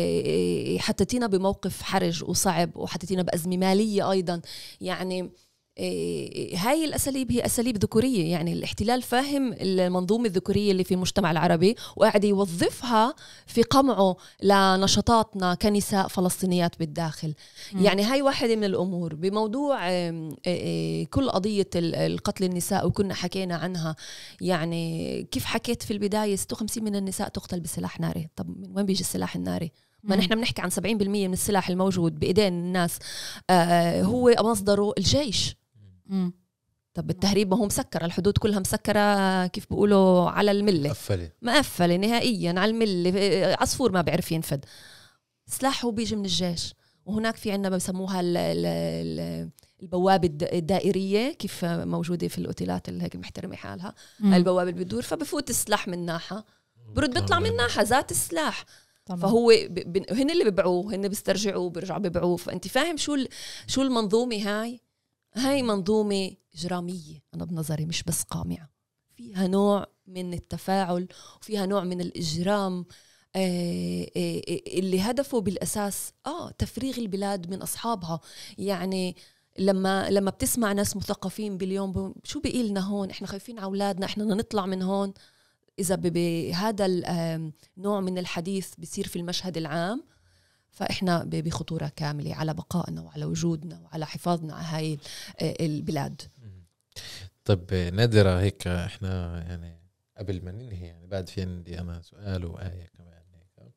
حطيتينا بموقف حرج وصعب، وحطيتينا بأزمة مالية أيضا. يعني هاي الأساليب هي أساليب ذكورية. يعني الاحتلال فاهم المنظومة الذكورية اللي في المجتمع العربي وقاعد يوظفها في قمعه لنشاطاتنا كنساء فلسطينيات بالداخل. م. يعني هاي واحدة من الأمور بموضوع كل قضية القتل النساء، وكنا حكينا عنها. يعني كيف حكيت في البداية ستة وخمسين من النساء تقتل بسلاح ناري. طب من وين بيجي السلاح الناري؟ ما نحن بنحكي عن سبعين بالمية من السلاح الموجود بإيدين الناس آه هو مصدره الجيش. مم. طب التهريب ما هو مسكر، الحدود كلها مسكرة كيف بيقولوا على الملة، مقفلة مقفلة نهائيا على الملة، عصفور ما بيعرف ينفذ. سلاحه بيجي من الجيش. وهناك في عنا بسموها ال ال ال البوابة الدائرية كيف موجودة في الأوتيلات اللي هيك محترمة حالها. مم. البوابة اللي بتدور، فبفوت السلاح من ناحية برد بيطلع من ناحية ذات السلاح. طبعا. فهو ب... هن اللي بيبيعوه، هن بيسترجعوه بيرجعوا بيبيعوه. فأنت فاهم شو ال... شو المنظومة هاي؟ هاي منظومة إجرامية أنا بنظري، مش بس قامعة، فيها نوع من التفاعل وفيها نوع من الإجرام آه آه اللي هدفه بالأساس آه تفريغ البلاد من أصحابها. يعني لما لما بتسمع ناس مثقفين باليوم شو بيقلنا هون، إحنا خايفين على أولادنا، إحنا نطلع من هون. إذا بهذا النوع من الحديث بيصير في المشهد العام، فإحنا بخطورة كاملة على بقائنا وعلى وجودنا وعلى حفاظنا على هاي البلاد. طب نادرة، هيك إحنا يعني قبل ما ننهي يعني بعد في عندي أنا سؤال وآية كمان هيك.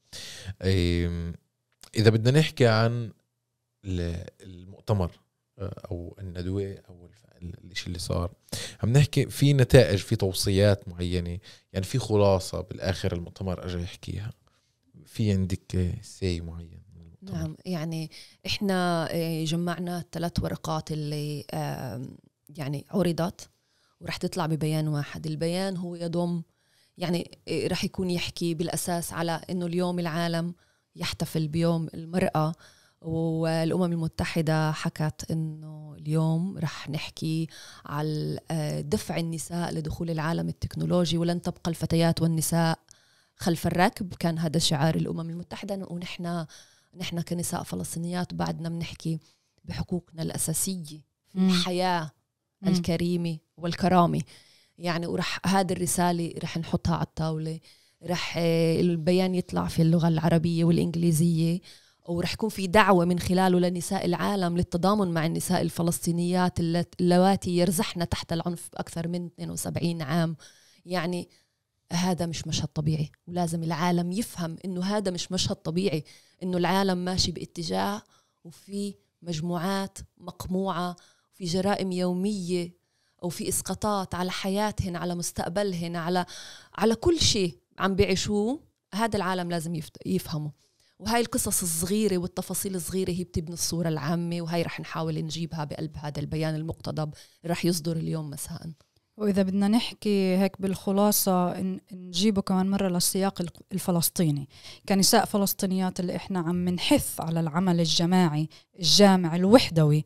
إذا بدنا نحكي عن المؤتمر أو الندوة أو الشيء اللي صار، عم نحكي في نتائج، في توصيات معينة، يعني في خلاصة بالآخر المؤتمر أجي يحكيها، في عندك سي معين؟ نعم، يعني إحنا جمعنا ثلاث ورقات اللي يعني عرضت ورح تطلع ببيان واحد. البيان هو يضم يعني رح يكون يحكي بالأساس على إنه اليوم العالم يحتفل بيوم المرأة، والأمم المتحدة حكت إنه اليوم رح نحكي على دفع النساء لدخول العالم التكنولوجي، ولن تبقى الفتيات والنساء خلف الركب. كان هذا شعار الأمم المتحدة. ونحن نحن كنساء فلسطينيات بعدنا بنحكي بحقوقنا الأساسية في الحياة م. الكريمة والكرامة. يعني ورح هذه الرسالة رح نحطها على الطاولة، رح البيان يطلع في اللغة العربية والإنجليزية، ورح يكون في دعوة من خلاله لنساء العالم للتضامن مع النساء الفلسطينيات اللواتي يرزحن تحت العنف أكثر من اثنين وسبعين عام. يعني هذا مش مشهد طبيعي، ولازم العالم يفهم إنه هذا مش مشهد طبيعي، إنه العالم ماشي باتجاه وفي مجموعات مقموعة، في جرائم يومية، أو في إسقاطات على حياتهن، على مستقبلهن، على على كل شيء عم بيعيشوه. هذا العالم لازم يفهمه. وهاي القصص الصغيرة والتفاصيل الصغيرة هي بتبني الصورة العامة، وهي رح نحاول نجيبها بقلب هذا البيان المقتضب رح يصدر اليوم مساء. وإذا بدنا نحكي هيك بالخلاصة نجيبه كمان مرة للسياق الفلسطيني كنساء فلسطينيات اللي إحنا عم نحث على العمل الجماعي الجامع الوحدوي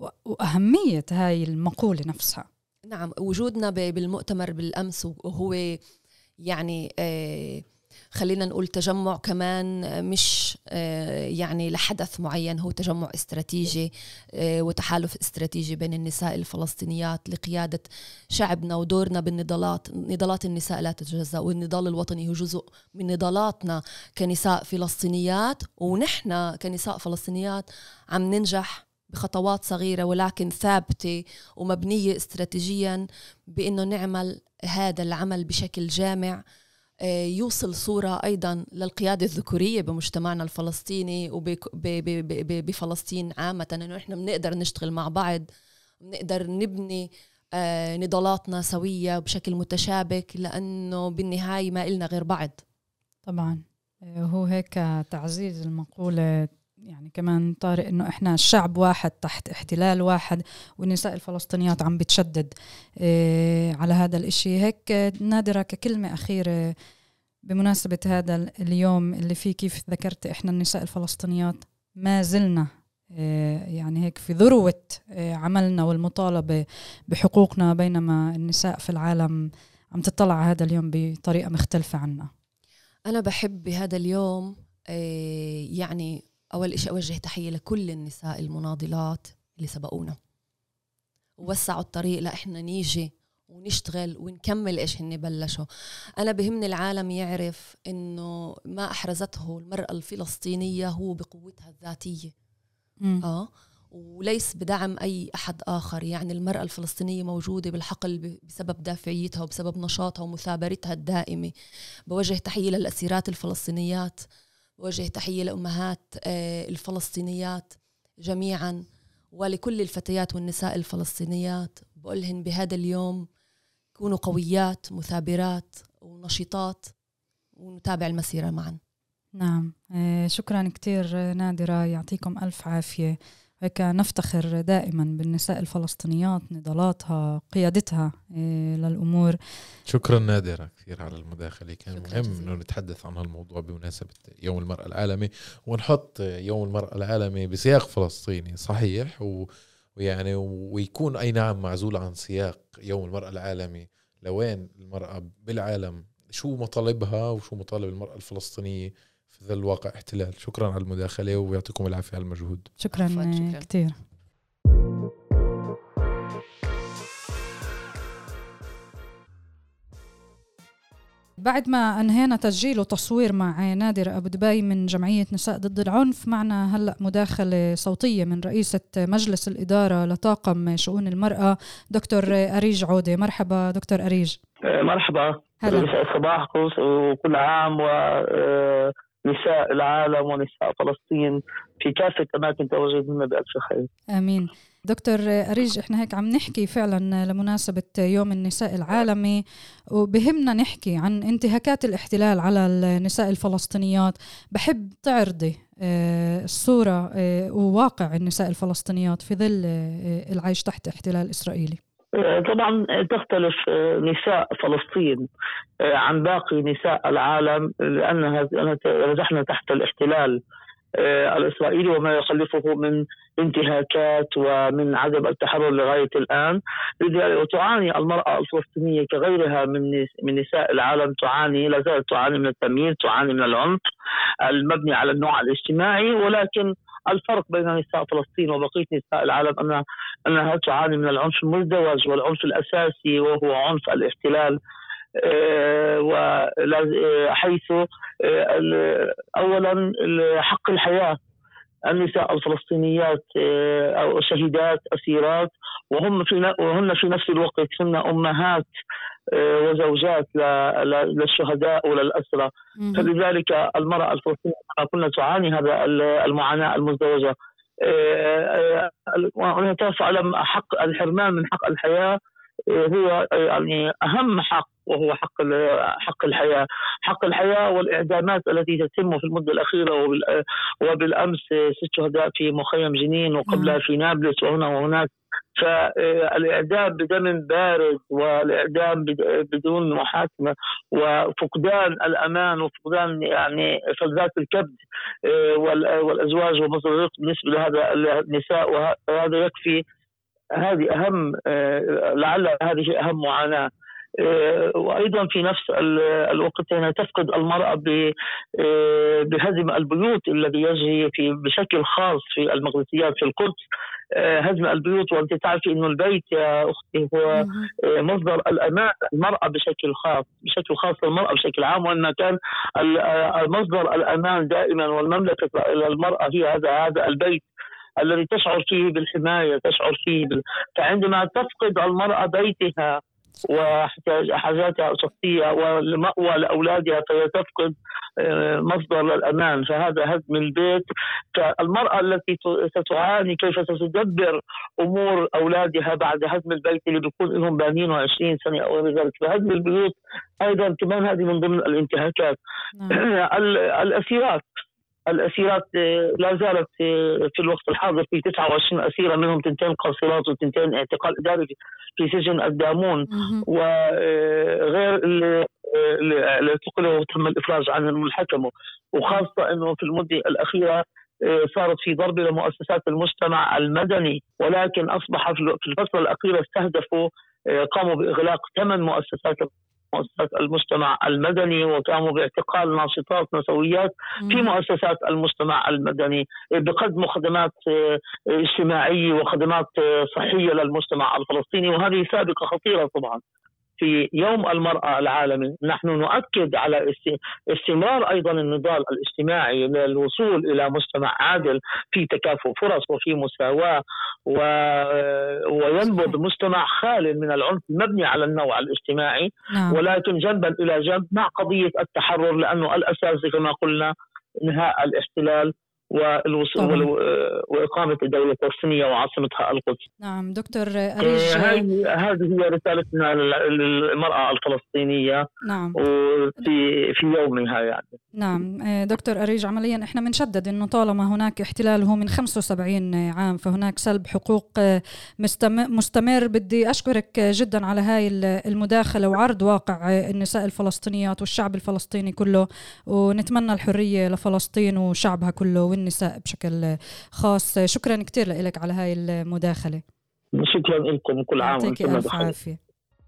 وأهمية هاي المقولة نفسها. نعم، وجودنا بالمؤتمر بالأمس وهو يعني آه خلينا نقول تجمع كمان مش يعني لحدث معين، هو تجمع استراتيجي وتحالف استراتيجي بين النساء الفلسطينيات لقيادة شعبنا ودورنا بالنضالات. نضالات النساء لا تتجزأ، والنضال الوطني هو جزء من نضالاتنا كنساء فلسطينيات. ونحن كنساء فلسطينيات عم ننجح بخطوات صغيرة ولكن ثابتة ومبنية استراتيجيا بأنه نعمل هذا العمل بشكل جامع يوصل صورة أيضا للقيادة الذكورية بمجتمعنا الفلسطيني وبفلسطين عامة، أنه إحنا بنقدر نشتغل مع بعض، بنقدر نبني نضالاتنا سوية بشكل متشابك، لأنه بالنهاية ما إلنا غير بعض. طبعا هو هيك تعزيز المقولة يعني كمان طارق إنه إحنا شعب واحد تحت احتلال واحد، والنساء الفلسطينيات عم بتشدد إيه على هذا الإشي. هيك نادرة ككلمة أخيرة بمناسبة هذا اليوم اللي فيه كيف ذكرت إحنا النساء الفلسطينيات ما زلنا إيه يعني هيك في ذروة إيه عملنا والمطالبة بحقوقنا، بينما النساء في العالم عم تطلع هذا اليوم بطريقة مختلفة عنا. أنا بحب بهذا اليوم إيه يعني أول إشي أوجه تحية لكل النساء المناضلات اللي سبقونا ووسعوا الطريق لإحنا نيجي ونشتغل ونكمل إيش هن بلشوا. أنا بهمني العالم يعرف إنه ما أحرزته المرأة الفلسطينية هو بقوتها الذاتية م. آه وليس بدعم أي أحد آخر. يعني المرأة الفلسطينية موجودة بالحقل بسبب دافعيتها وبسبب نشاطها ومثابرتها الدائمة. بوجه تحية للأسيرات الفلسطينيات، بوجه تحية لأمهات الفلسطينيات جميعا، ولكل الفتيات والنساء الفلسطينيات بقولهن بهذا اليوم كونوا قويات مثابرات ونشيطات ونتابع المسيرة معا. نعم شكرا كتير نادرة، يعطيكم ألف عافية. هيك نفتخر دائما بالنساء الفلسطينيات، نضالاتها، قيادتها للأمور. شكرا نادرة كثير على المداخلة، كان مهم انه نتحدث عن هالموضوع بمناسبة يوم المرأة العالمي، ونحط يوم المرأة العالمي بسياق فلسطيني صحيح، و ويعني ويكون أي نعم معزول عن سياق يوم المرأة العالمي لوين المرأة بالعالم، شو مطالبها وشو مطالب المرأة الفلسطينية في ذا الواقع احتلال. شكرا على المداخلة ويعطيكم العافية على المجهود. شكرا, شكرا. كتير. بعد ما أنهينا تسجيل وتصوير مع نادرة أبو دبي من جمعية نساء ضد العنف، معنا هلأ مداخلة صوتية من رئيسة مجلس الإدارة لطاقم شؤون المرأة دكتور أريج عودة. مرحبا دكتور أريج. مرحبا، يسعد صباحكم وكل عام ونساء العالم ونساء فلسطين في كافة أماكن تواجدنا بألف خير. آمين. دكتور أريج، إحنا هيك عم نحكي فعلا لمناسبة يوم النساء العالمي، وبهمنا نحكي عن انتهاكات الاحتلال على النساء الفلسطينيات. بحب تعرضي الصورة وواقع النساء الفلسطينيات في ظل العيش تحت احتلال إسرائيلي. طبعا تختلف نساء فلسطين عن باقي نساء العالم لأنها رزحنا تحت الاحتلال الإسرائيلي وما يخلفه من انتهاكات ومن عدم التحرر لغاية الآن. وتعاني المرأة الفلسطينية كغيرها من من نساء العالم، تعاني لا زالت تعاني من التمييز، تعاني من العنف المبني على النوع الاجتماعي. ولكن الفرق بين نساء فلسطين وبقية نساء العالم أنها أنها تعاني من العنف المزدوج والعنف الأساسي وهو عنف الاحتلال، وحيث أولا حق الحياة. النساء الفلسطينيات أو شهيدات أسيرات وهم في وهن في نفس الوقت هن أمهات وزوجات للشهداء وللأسرى. فلذلك المرأة الفلسطينية كنا تعاني هذا المعاناة المزدوجة. ونتوفى على حق الحرمان من حق الحياة هو يعني أهم حق، وهو حق حق الحياة. حق الحياة والإعدامات التي تتم في المدة الأخيرة وبالأمس ست شهداء في مخيم جنين وقبلها في نابلس وهنا وهناك. فالإعدام بدم بارد والإعدام بدون محاكمة وفقدان الأمان وفقدان يعني فلذات الكبد والأزواج ومصدر الرزق بالنسبة لهذا النساء، وهذا يكفي. هذه أهم لعل هذه أهم معاناة. وأيضا في نفس الوقت هنا تفقد المرأة بهدم البيوت الذي يجري في بشكل خاص في المقدسيات في القدس، هدم البيوت. وأنت تعرفي إنه البيت يا أختي هو مصدر الأمان المرأة بشكل خاص بشكل خاص المرأة بشكل عام، وأن كان مصدر الأمان دائما والمملكة للمرأة هي هذا هذا البيت الذي تشعر فيه بالحماية، تشعر فيه بال... فعندما تفقد المرأة بيتها وحاجاتها الشخصية والمأوى لأولادها فهي تفقد مصدر للأمان، فهذا هدم البيت. فالمرأة التي ستعاني كيف ستدبر أمور أولادها بعد هدم البيت اللي بيكون لهم بانين وعشرين سنة أو غير ذلك. فهدم البيوت أيضا كمان هذه من ضمن الانتهاكات. الأسيرات الأسيرات لا زالت في الوقت الحاضر في تسعة وعشرين أسيرة، منهم تنتين قاصرات وتنتين اعتقال إداري في سجن الدامون، وغير اللي اعتقلوا وتم الإفراج عن المحاكمة. وخاصة أنه في المدة الأخيرة صارت في ضرب لمؤسسات المجتمع المدني، ولكن أصبح في الفترة الأخيرة استهدفوا قاموا بإغلاق ثمان مؤسسات مؤسسات المجتمع المدني، وقاموا باعتقال ناشطات نسويات في مؤسسات المجتمع المدني بقدم خدمات اجتماعية وخدمات صحية للمجتمع الفلسطيني. وهذه سابقة خطيرة طبعا. في يوم المرأة العالمي نحن نؤكد على استمرار أيضا النضال الاجتماعي للوصول إلى مجتمع عادل في تكافؤ فرص وفي مساواة، و... وينبض مجتمع خال من العنف المبني على النوع الاجتماعي، نعم. ولكن جنبا إلى جنب مع قضية التحرر، لأنه الأساس كما قلنا إنهاء الاحتلال والوصول وإقامة الدولة الفلسطينية وعاصمتها القدس. نعم دكتور أريج، هذه هي رسالتنا للمرأة الفلسطينية. نعم. وفي في يومها يعني. نعم دكتور أريج، عمليا احنا بنشدد انه طالما هناك احتلال هو من خمسة وسبعين عام فهناك سلب حقوق مستمر. بدي أشكرك جدا على هاي المداخلة وعرض واقع النساء الفلسطينيات والشعب الفلسطيني كله، ونتمنى الحرية لفلسطين وشعبها كله والنساء بشكل خاص. شكرا كتير لك على هاي المداخلة. شكرا لكم، كل عام وانتم بخير.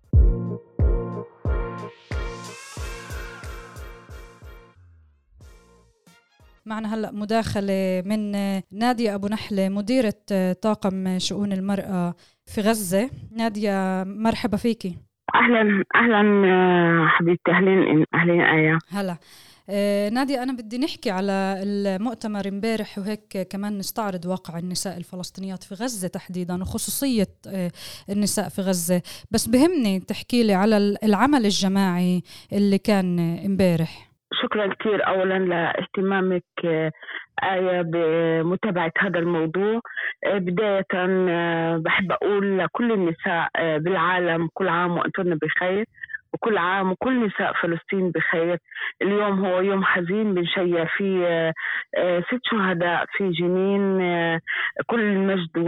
معنا هلأ مداخلة من نادية أبو نحلة، مديرة طاقم شؤون المرأة في غزة. نادية مرحبا فيكي. أهلا أهلا حبيبتي. أهلين أهلين آية. هلا آه نادية، أنا بدي نحكي على المؤتمر امبارح وهيك كمان نستعرض واقع النساء الفلسطينيات في غزة تحديدا وخصوصية آه النساء في غزة، بس بهمني تحكي لي على العمل الجماعي اللي كان امبارح. شكرا كثير أولا لاهتمامك آية بمتابعة هذا الموضوع. بداية بحب أقول لكل النساء بالعالم كل عام وأنتن بخير، وكل عام وكل نساء فلسطين بخير. اليوم هو يوم حزين بنشيع فيه ست شهداء في جنين. كل المجد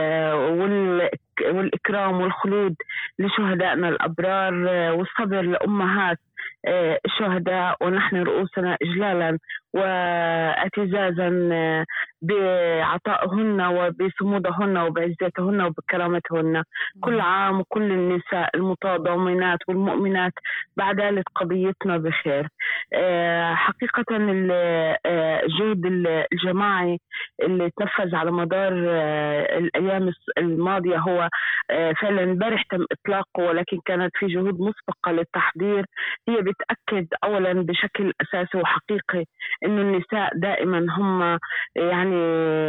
والإكرام والخلود لشهدائنا الأبرار، والصبر لأمهات الشهداء، ونحن رؤوسنا إجلالا واعتزازا بعطائهن وبصمودهن وبعزتهن وبكرامتهن. كل عام وكل النساء المتضامنات والمؤمنات بعدالة قضيتنا بخير. حقيقة الجهد الجماعي اللي تنفذ على مدار الأيام الماضية هو فعلا امبارح تم إطلاقه، ولكن كانت في جهود مسبقة للتحضير هي بتأكد أولا بشكل أساسي وحقيقي إنه النساء دائما هم يعني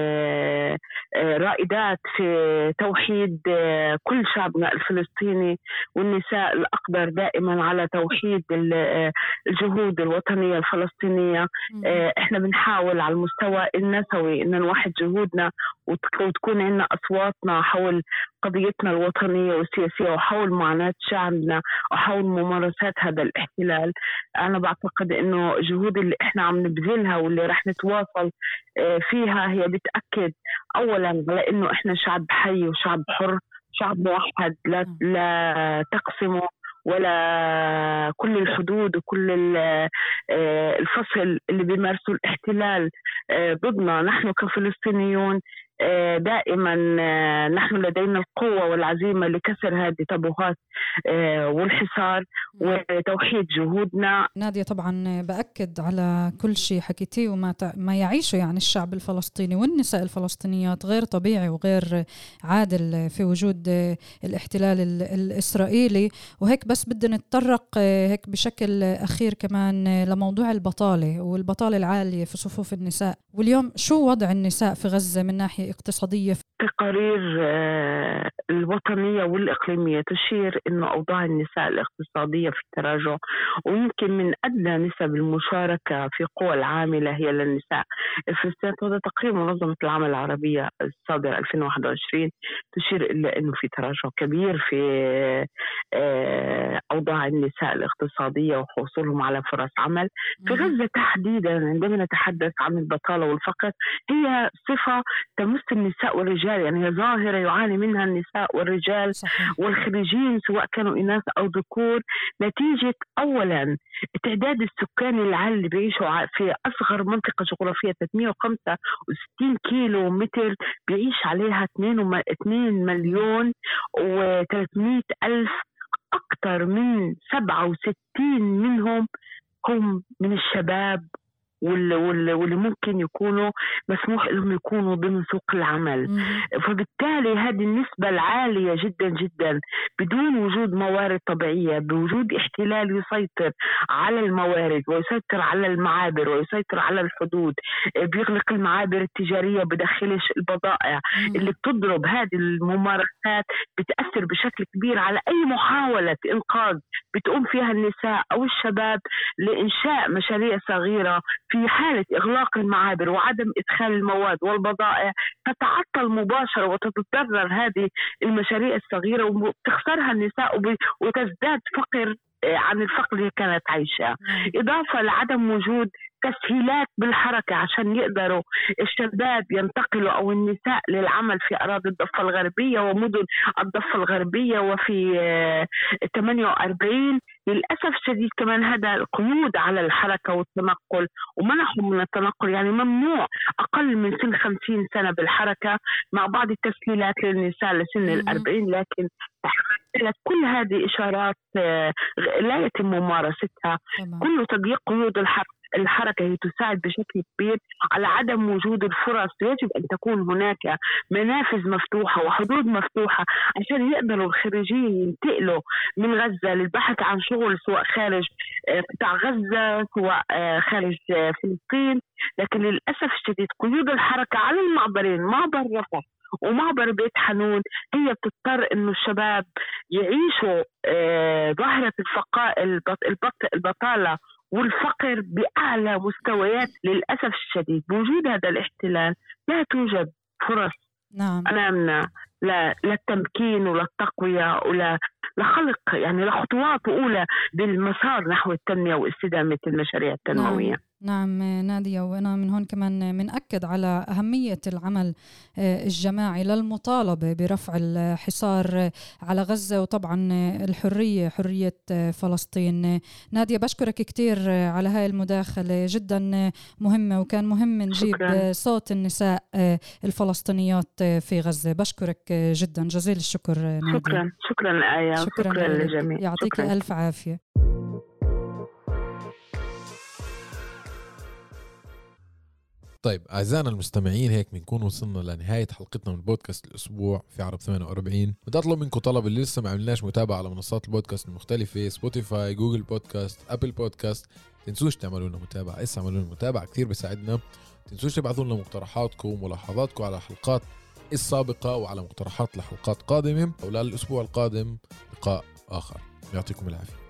رائدات في توحيد كل شعبنا الفلسطيني، والنساء الأقدر دائما على توحيد الجهود الوطنية الفلسطينية. إحنا بنحاول على المستوى النسوي إن نوحد جهودنا وتكون عندنا أصواتنا حول قضيتنا الوطنية والسياسية وحول معاناة شعبنا وحول ممارسات هذا الاحتلال. أنا بعتقد إنه الجهود اللي إحنا عم نبذلها واللي رح نتواصل فيها هي بتأكد أولاً على إنه إحنا شعب حي وشعب حر، شعب موحد لا لا تقسمه ولا كل الحدود وكل الفصل اللي بيمارسوا الاحتلال ضدنا. نحن كفلسطينيون دائما نحن لدينا القوة والعزيمة لكسر هذه التابوهات والحصار وتوحيد جهودنا. نادية طبعا بأكد على كل شيء حكيتيه وما ما يعيشه يعني الشعب الفلسطيني والنساء الفلسطينيات غير طبيعي وغير عادل في وجود الاحتلال الإسرائيلي. وهيك بس بدنا نتطرق هيك بشكل أخير كمان لموضوع البطالة والبطالة العالية في صفوف النساء. واليوم شو وضع النساء في غزة من ناحية اقتصادية؟ تقارير الوطنية والإقليمية تشير إنه أوضاع النساء الاقتصادية في التراجع، ويمكن من أدنى نسب المشاركة في قوى العاملة هي للنساء الفلسطينيات. هذا تقرير منظمة العمل العربية الصادر ألفين وواحد وعشرين تشير إلى إنه في تراجع كبير في أوضاع النساء الاقتصادية وحصولهم على فرص عمل في غزة تحديدا. عندما نتحدث عن البطالة والفقر هي صفة تمس النساء والرجال، يعني هي ظاهرة يعاني منها النساء والرجال صحيح. والخريجين سواء كانوا إناث أو ذكور، نتيجة أولا التعداد السكاني العالي اللي بيعيشوا في أصغر منطقة جغرافية ثلاثمئة وخمسة وستين كيلو متر بيعيش عليها اثنين مليون وثلاثمئة ألف أكثر من سبعة وستين منهم هم من الشباب واللي ممكن يكونوا مسموح لهم يكونوا ضمن سوق العمل. مم. فبالتالي هذه النسبة العالية جدا جدا بدون وجود موارد طبيعية، بوجود احتلال يسيطر على الموارد ويسيطر على المعابر ويسيطر على الحدود، بيغلق المعابر التجارية، بدخلش البضائع. مم. اللي بتضرب هذه الممارسات بتأثر بشكل كبير على أي محاولة إنقاذ بتقوم فيها النساء أو الشباب لإنشاء مشاريع صغيرة. في حالة إغلاق المعابر وعدم إدخال المواد والبضائع تتعطل مباشرة وتتضرر هذه المشاريع الصغيرة وتخسرها النساء وتزداد فقر عن الفقر اللي كانت عايشة. إضافة لعدم وجود تسهيلات بالحركة عشان يقدروا الشباب ينتقلوا أو النساء للعمل في أراضي الضفة الغربية ومدن الضفة الغربية وفي ثمانية وأربعين. للأسف الشديد كمان هذا القيود على الحركة والتنقل ومنعهم من التنقل، يعني ممنوع أقل من سن خمسين سنة بالحركة مع بعض التسهيلات للنساء لسن الأربعين. لكن كل هذه إشارات لا يتم ممارستها. كل تضييق قيود الحركة الحركة هي تساعد بشكل كبير على عدم وجود الفرص. يجب أن تكون هناك منافذ مفتوحة وحدود مفتوحة عشان يقدروا الخريجين ينتقلوا من غزة للبحث عن شغل سواء خارج قطاع غزة سواء خارج فلسطين. لكن للأسف الشديد قيود الحركة على المعبرين، معبر رفح ومعبر بيت حنون، هي بتضطر إنه الشباب يعيشوا ظاهرة الفقاء البطالة والفقر بأعلى مستويات. للأسف الشديد بوجود هذا الاحتلال لا توجد فرص نعم. أمامنا لا للتمكين ولا التقوية ولا لخلق يعني لخطوات أولى بالمسار نحو التنمية واستدامة المشاريع التنموية. نعم. نعم نادية، وأنا من هون كمان منأكد على أهمية العمل الجماعي للمطالبة برفع الحصار على غزة وطبعا الحرية حرية فلسطين. نادية بشكرك كتير على هاي المداخلة جدا مهمة، وكان مهم نجيب شكرا. صوت النساء الفلسطينيات في غزة. بشكرك جدا جزيل الشكر نادية. شكرا شكرا آية، شكرا, شكرا للجميع. يعطيك شكرا. ألف عافية. طيب أعزائنا المستمعين، هيك بنكون وصلنا لنهاية حلقتنا من بودكاست الأسبوع في عرب ثمانية وأربعين. بدي أطلب منكم طلب، اللي لسه ما عملناش متابعة على منصات البودكاست المختلفة سبوتيفاي، جوجل بودكاست، أبل بودكاست، تنسوش تعملوا لنا متابعة. إسا عملوا لنا متابعة كثير بيساعدنا. تنسوش تبعثوا لنا مقترحاتكم وملاحظاتكم على الحلقات السابقة وعلى مقترحات لحلقات قادمة. أو للأسبوع القادم لقاء آخر. يعطيكم العافية.